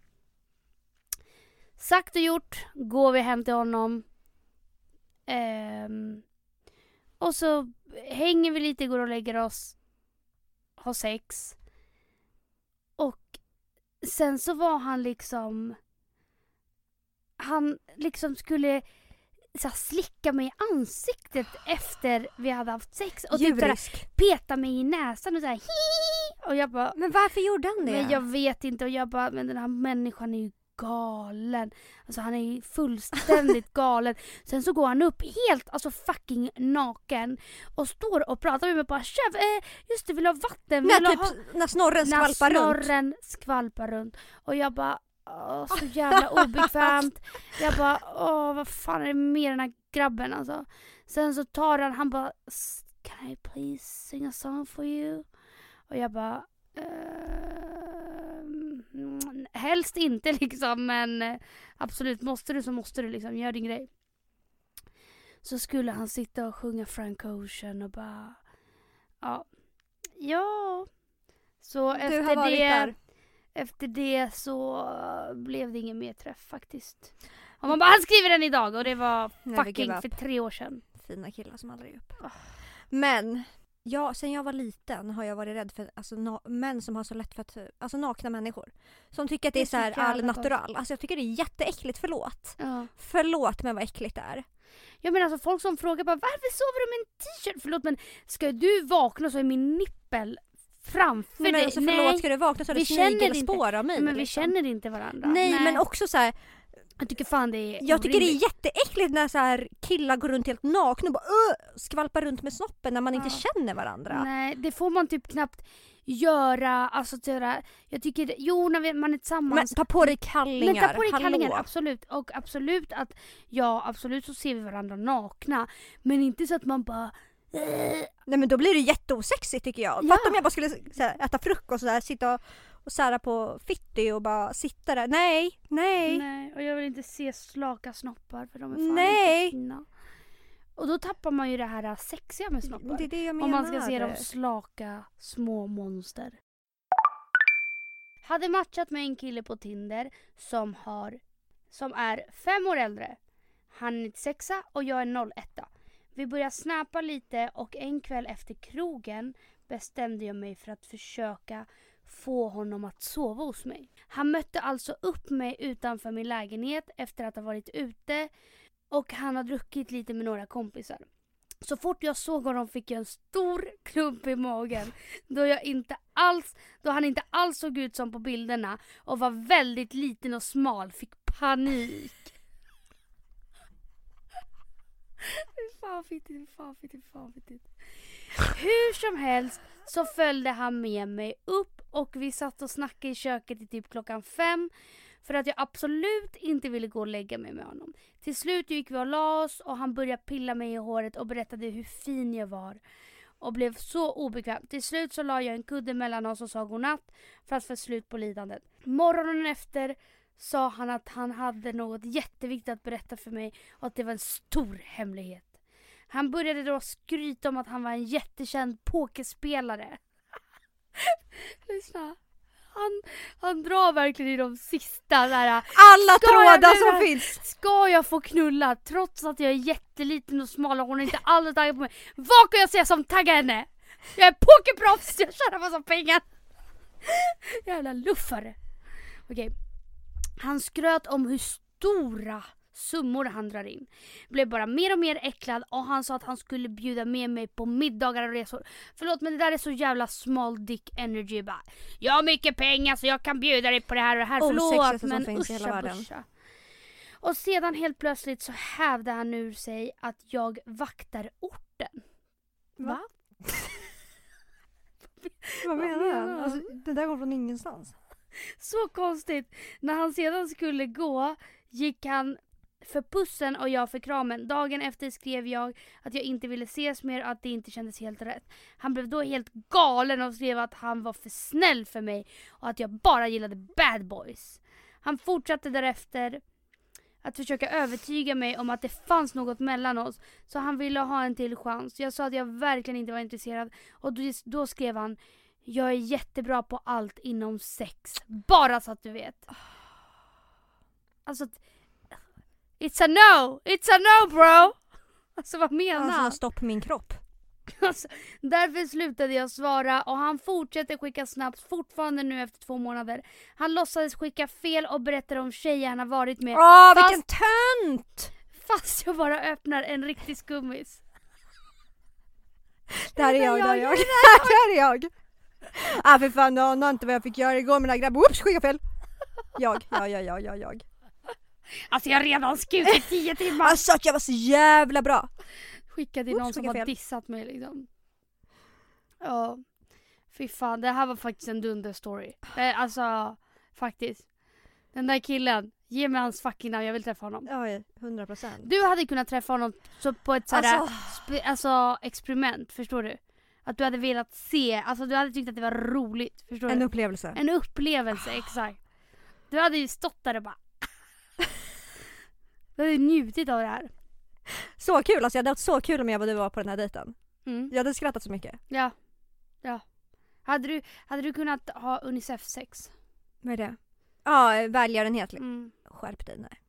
Speaker 2: Sagt och gjort, går vi hem till honom. Ehm, och så hänger vi lite, går och lägger oss. Har sex. Och sen så var han liksom, han liksom skulle så här, slicka mig i ansiktet efter vi hade haft sex. Och typ såhär, peta mig i näsan och såhär hihi. Och jag bara,
Speaker 7: men varför gjorde han det?
Speaker 2: Men jag vet inte. Och jag bara, men den här människan är ju galen. Alltså han är ju fullständigt galen. Sen så går han upp helt, alltså fucking naken. Och står och pratar med mig och bara, tja, eh, just det, vill ha vatten. Vill
Speaker 7: när, typ,
Speaker 2: ha...
Speaker 7: när snorren skvalpar
Speaker 2: när
Speaker 7: runt.
Speaker 2: snorren skvalpar runt. Och jag bara, åh, så jävla obekvämt. Jag bara, åh, vad fan är det med den här grabben alltså. Sen så tar han, han bara, can I please sing a song for you? Och jag bara, Uh, helst inte liksom, men uh, absolut, måste du så måste du liksom, gör din grej. Så skulle han sitta och sjunga Frank Ocean och bara, ja, ja, Så
Speaker 7: Du har
Speaker 2: efter
Speaker 7: varit
Speaker 2: det,
Speaker 7: där.
Speaker 2: efter det så blev det ingen mer träff faktiskt. Och man bara, han skriver den idag och det var
Speaker 7: Never
Speaker 2: fucking
Speaker 7: give up.
Speaker 2: för tre år sedan.
Speaker 7: Fina killar som aldrig ger upp. Men ja, sen jag var liten har jag varit rädd för alltså, na- män som har så lätt för att, alltså nakna människor. Som tycker att det är
Speaker 2: Det är
Speaker 7: så här
Speaker 2: så jävla
Speaker 7: all natural. Alltså jag tycker det är jätteäckligt, förlåt.
Speaker 2: Ja.
Speaker 7: Förlåt men vad äckligt det är.
Speaker 2: Jag menar alltså folk som frågar bara, varför sover du med en t-shirt? Förlåt men ska du vakna så är min nippel framför
Speaker 7: Nej men
Speaker 2: dig?
Speaker 7: alltså, förlåt, ska du vakna så har
Speaker 2: vi
Speaker 7: du
Speaker 2: känner
Speaker 7: snigelspår av mig.
Speaker 2: men vi
Speaker 7: liksom.
Speaker 2: känner inte varandra.
Speaker 7: Nej, men också så här,
Speaker 2: jag tycker fan det är
Speaker 7: jag tycker det är
Speaker 2: orimligt.
Speaker 7: jätteäckligt när så här killar går runt helt nakna och bara uh, skvalpar runt med snoppen när man inte
Speaker 2: Ja.
Speaker 7: känner varandra.
Speaker 2: Nej, det får man typ knappt göra. Alltså sådär, jag tycker, det- jo när vi- man är
Speaker 7: Men
Speaker 2: tillsammans.
Speaker 7: ta på dig kallingar.
Speaker 2: Men ta på dig
Speaker 7: Hallå.
Speaker 2: kallingar, absolut. Och absolut att, ja absolut så ser vi varandra nakna. Men inte så att man bara eh,
Speaker 7: Nej men då blir det jätteosexigt tycker jag.
Speaker 2: Ja.
Speaker 7: Fatta om jag bara skulle så här, äta frukost och så här, sitta och, och sära på fitti och bara sitta där. Nej, nej.
Speaker 2: nej, och jag vill inte se slaka snoppar för de är fan
Speaker 7: Nej.
Speaker 2: inte fina. Och då tappar man ju det här sexiga med snoppar.
Speaker 7: Det är det jag menar.
Speaker 2: Om man ska se de slaka små monster. Hade matchat med en kille på Tinder som har som är fem år äldre. Han är nittiosex och jag är noll ett. Vi började snappa lite och en kväll efter krogen bestämde jag mig för att försöka få honom att sova hos mig. Han mötte alltså upp mig utanför min lägenhet efter att ha varit ute och han har druckit lite med några kompisar. Så fort jag såg honom fick jag en stor klump i magen då, jag inte alls, då han inte alls såg ut som på bilderna och var väldigt liten och smal, fick panik. Fy fan fittigt, fy fan fittigt, fy fan fittigt. Hur som helst så följde han med mig upp och vi satt och snackade i köket i typ klockan fem för att jag absolut inte ville gå och lägga mig med honom. Till slut gick vi och la oss och han började pilla mig i håret och berättade hur fin jag var och blev så obekväm. Till slut så la jag en kudde mellan oss och sa godnatt för att få slut på lidandet. Morgonen efter sa han att han hade något jätteviktigt att berätta för mig och att det var en stor hemlighet. Han började då skryta om att han var en jättekänd pokerspelare. Lyssna. Han, han drar verkligen i de sista där.
Speaker 7: Alla
Speaker 2: Ska jag
Speaker 7: trådar
Speaker 2: nu-
Speaker 7: som finns.
Speaker 2: Ska jag få knulla trots att jag är jätteliten och smal och hon är inte alls taggad på mig? Vad kan jag säga som taggar henne? Jag är pokerproffs, jag tjänar massa pengar. Jävla luffare. Okej. Han skröt om hur stora summor han drar in. Blev bara mer och mer äcklad och han sa att han skulle bjuda med mig på middagar och resor. Förlåt men det där är så jävla small dick energy bara. Jag har mycket pengar så jag kan bjuda dig på det här och det här. Förlåt
Speaker 7: Osexigaste som
Speaker 2: men
Speaker 7: finns i hela
Speaker 2: uscha
Speaker 7: världen.
Speaker 2: buscha. Och sedan helt plötsligt så hävde han ur sig att jag vaktar orten.
Speaker 7: Va? Vad menar han? Alltså, det där går från ingenstans.
Speaker 2: Så konstigt. När han sedan skulle gå gick han för pussen och jag för kramen. Dagen efter skrev jag att jag inte ville ses mer och att det inte kändes helt rätt. Han blev då helt galen och skrev att han var för snäll för mig och att jag bara gillade bad boys. Han fortsatte därefter att försöka övertyga mig om att det fanns något mellan oss. Så han ville ha en till chans. Jag sa att jag verkligen inte var intresserad och då, då skrev han: jag är jättebra på allt inom sex. Bara så att du vet. Alltså, it's a no! It's a no bro! Alltså vad menar
Speaker 7: Alltså
Speaker 2: han?
Speaker 7: stopp min kropp.
Speaker 2: Alltså, därför slutade jag svara och han fortsätter skicka snaps fortfarande nu efter två månader. Han låtsades skicka fel och berättade om tjejer han har varit med.
Speaker 7: Åh,
Speaker 2: fast,
Speaker 7: vilken tönt!
Speaker 2: fast jag bara öppnar en riktig skummis.
Speaker 7: Det här är jag, det här är jag. Det här är jag. Ah för fan, jag anar inte vad jag fick göra igår med den här grabben. Oops, skicka fel. Jag, ja, ja, ja, ja, jag.
Speaker 2: Alltså jag har redan skurit i tio timmar.
Speaker 7: Jag sa att jag var så jävla bra.
Speaker 2: Skicka till
Speaker 7: Oops,
Speaker 2: någon som
Speaker 7: skicka
Speaker 2: har
Speaker 7: fel.
Speaker 2: dissat mig liksom. Ja. Fy fan, det här var faktiskt en dunderstory. Eh, alltså, faktiskt. Den där killen, ge mig hans fucking namn, jag vill träffa honom.
Speaker 7: Ja, hundra procent.
Speaker 2: Du hade kunnat träffa honom så på ett sådär
Speaker 7: Alltså-
Speaker 2: spe, alltså experiment, förstår du? Att du hade velat se, alltså du hade tyckt att det var roligt, förstår
Speaker 7: En
Speaker 2: du?
Speaker 7: upplevelse.
Speaker 2: En upplevelse, exakt. Du hade ju stått där och bara du hade njutit av det här.
Speaker 7: Så kul, alltså jag hade haft så kul om jag var du var på den här dejten.
Speaker 2: Mm.
Speaker 7: Jag hade skrattat så mycket.
Speaker 2: Ja, ja. Hade du, hade du kunnat ha Unicef-sex?
Speaker 7: Vad är det? Ja, välgörenhet.
Speaker 2: Mm.
Speaker 7: Skärp dig, nej.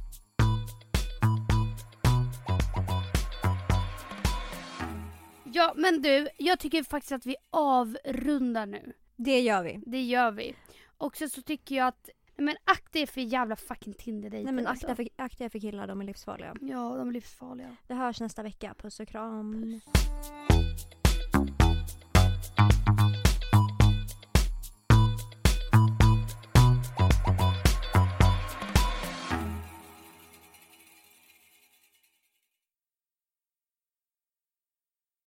Speaker 2: Ja, men du, jag tycker faktiskt att vi avrundar nu.
Speaker 7: Det gör vi.
Speaker 2: Det gör vi. Och så, så tycker jag att, men akta er för jävla fucking Tinder-dejter.
Speaker 7: Nej men
Speaker 2: alltså.
Speaker 7: akta för, akta er för killar, de är livsfarliga.
Speaker 2: Ja, de är livsfarliga.
Speaker 7: Vi hörs nästa vecka. Puss och kram.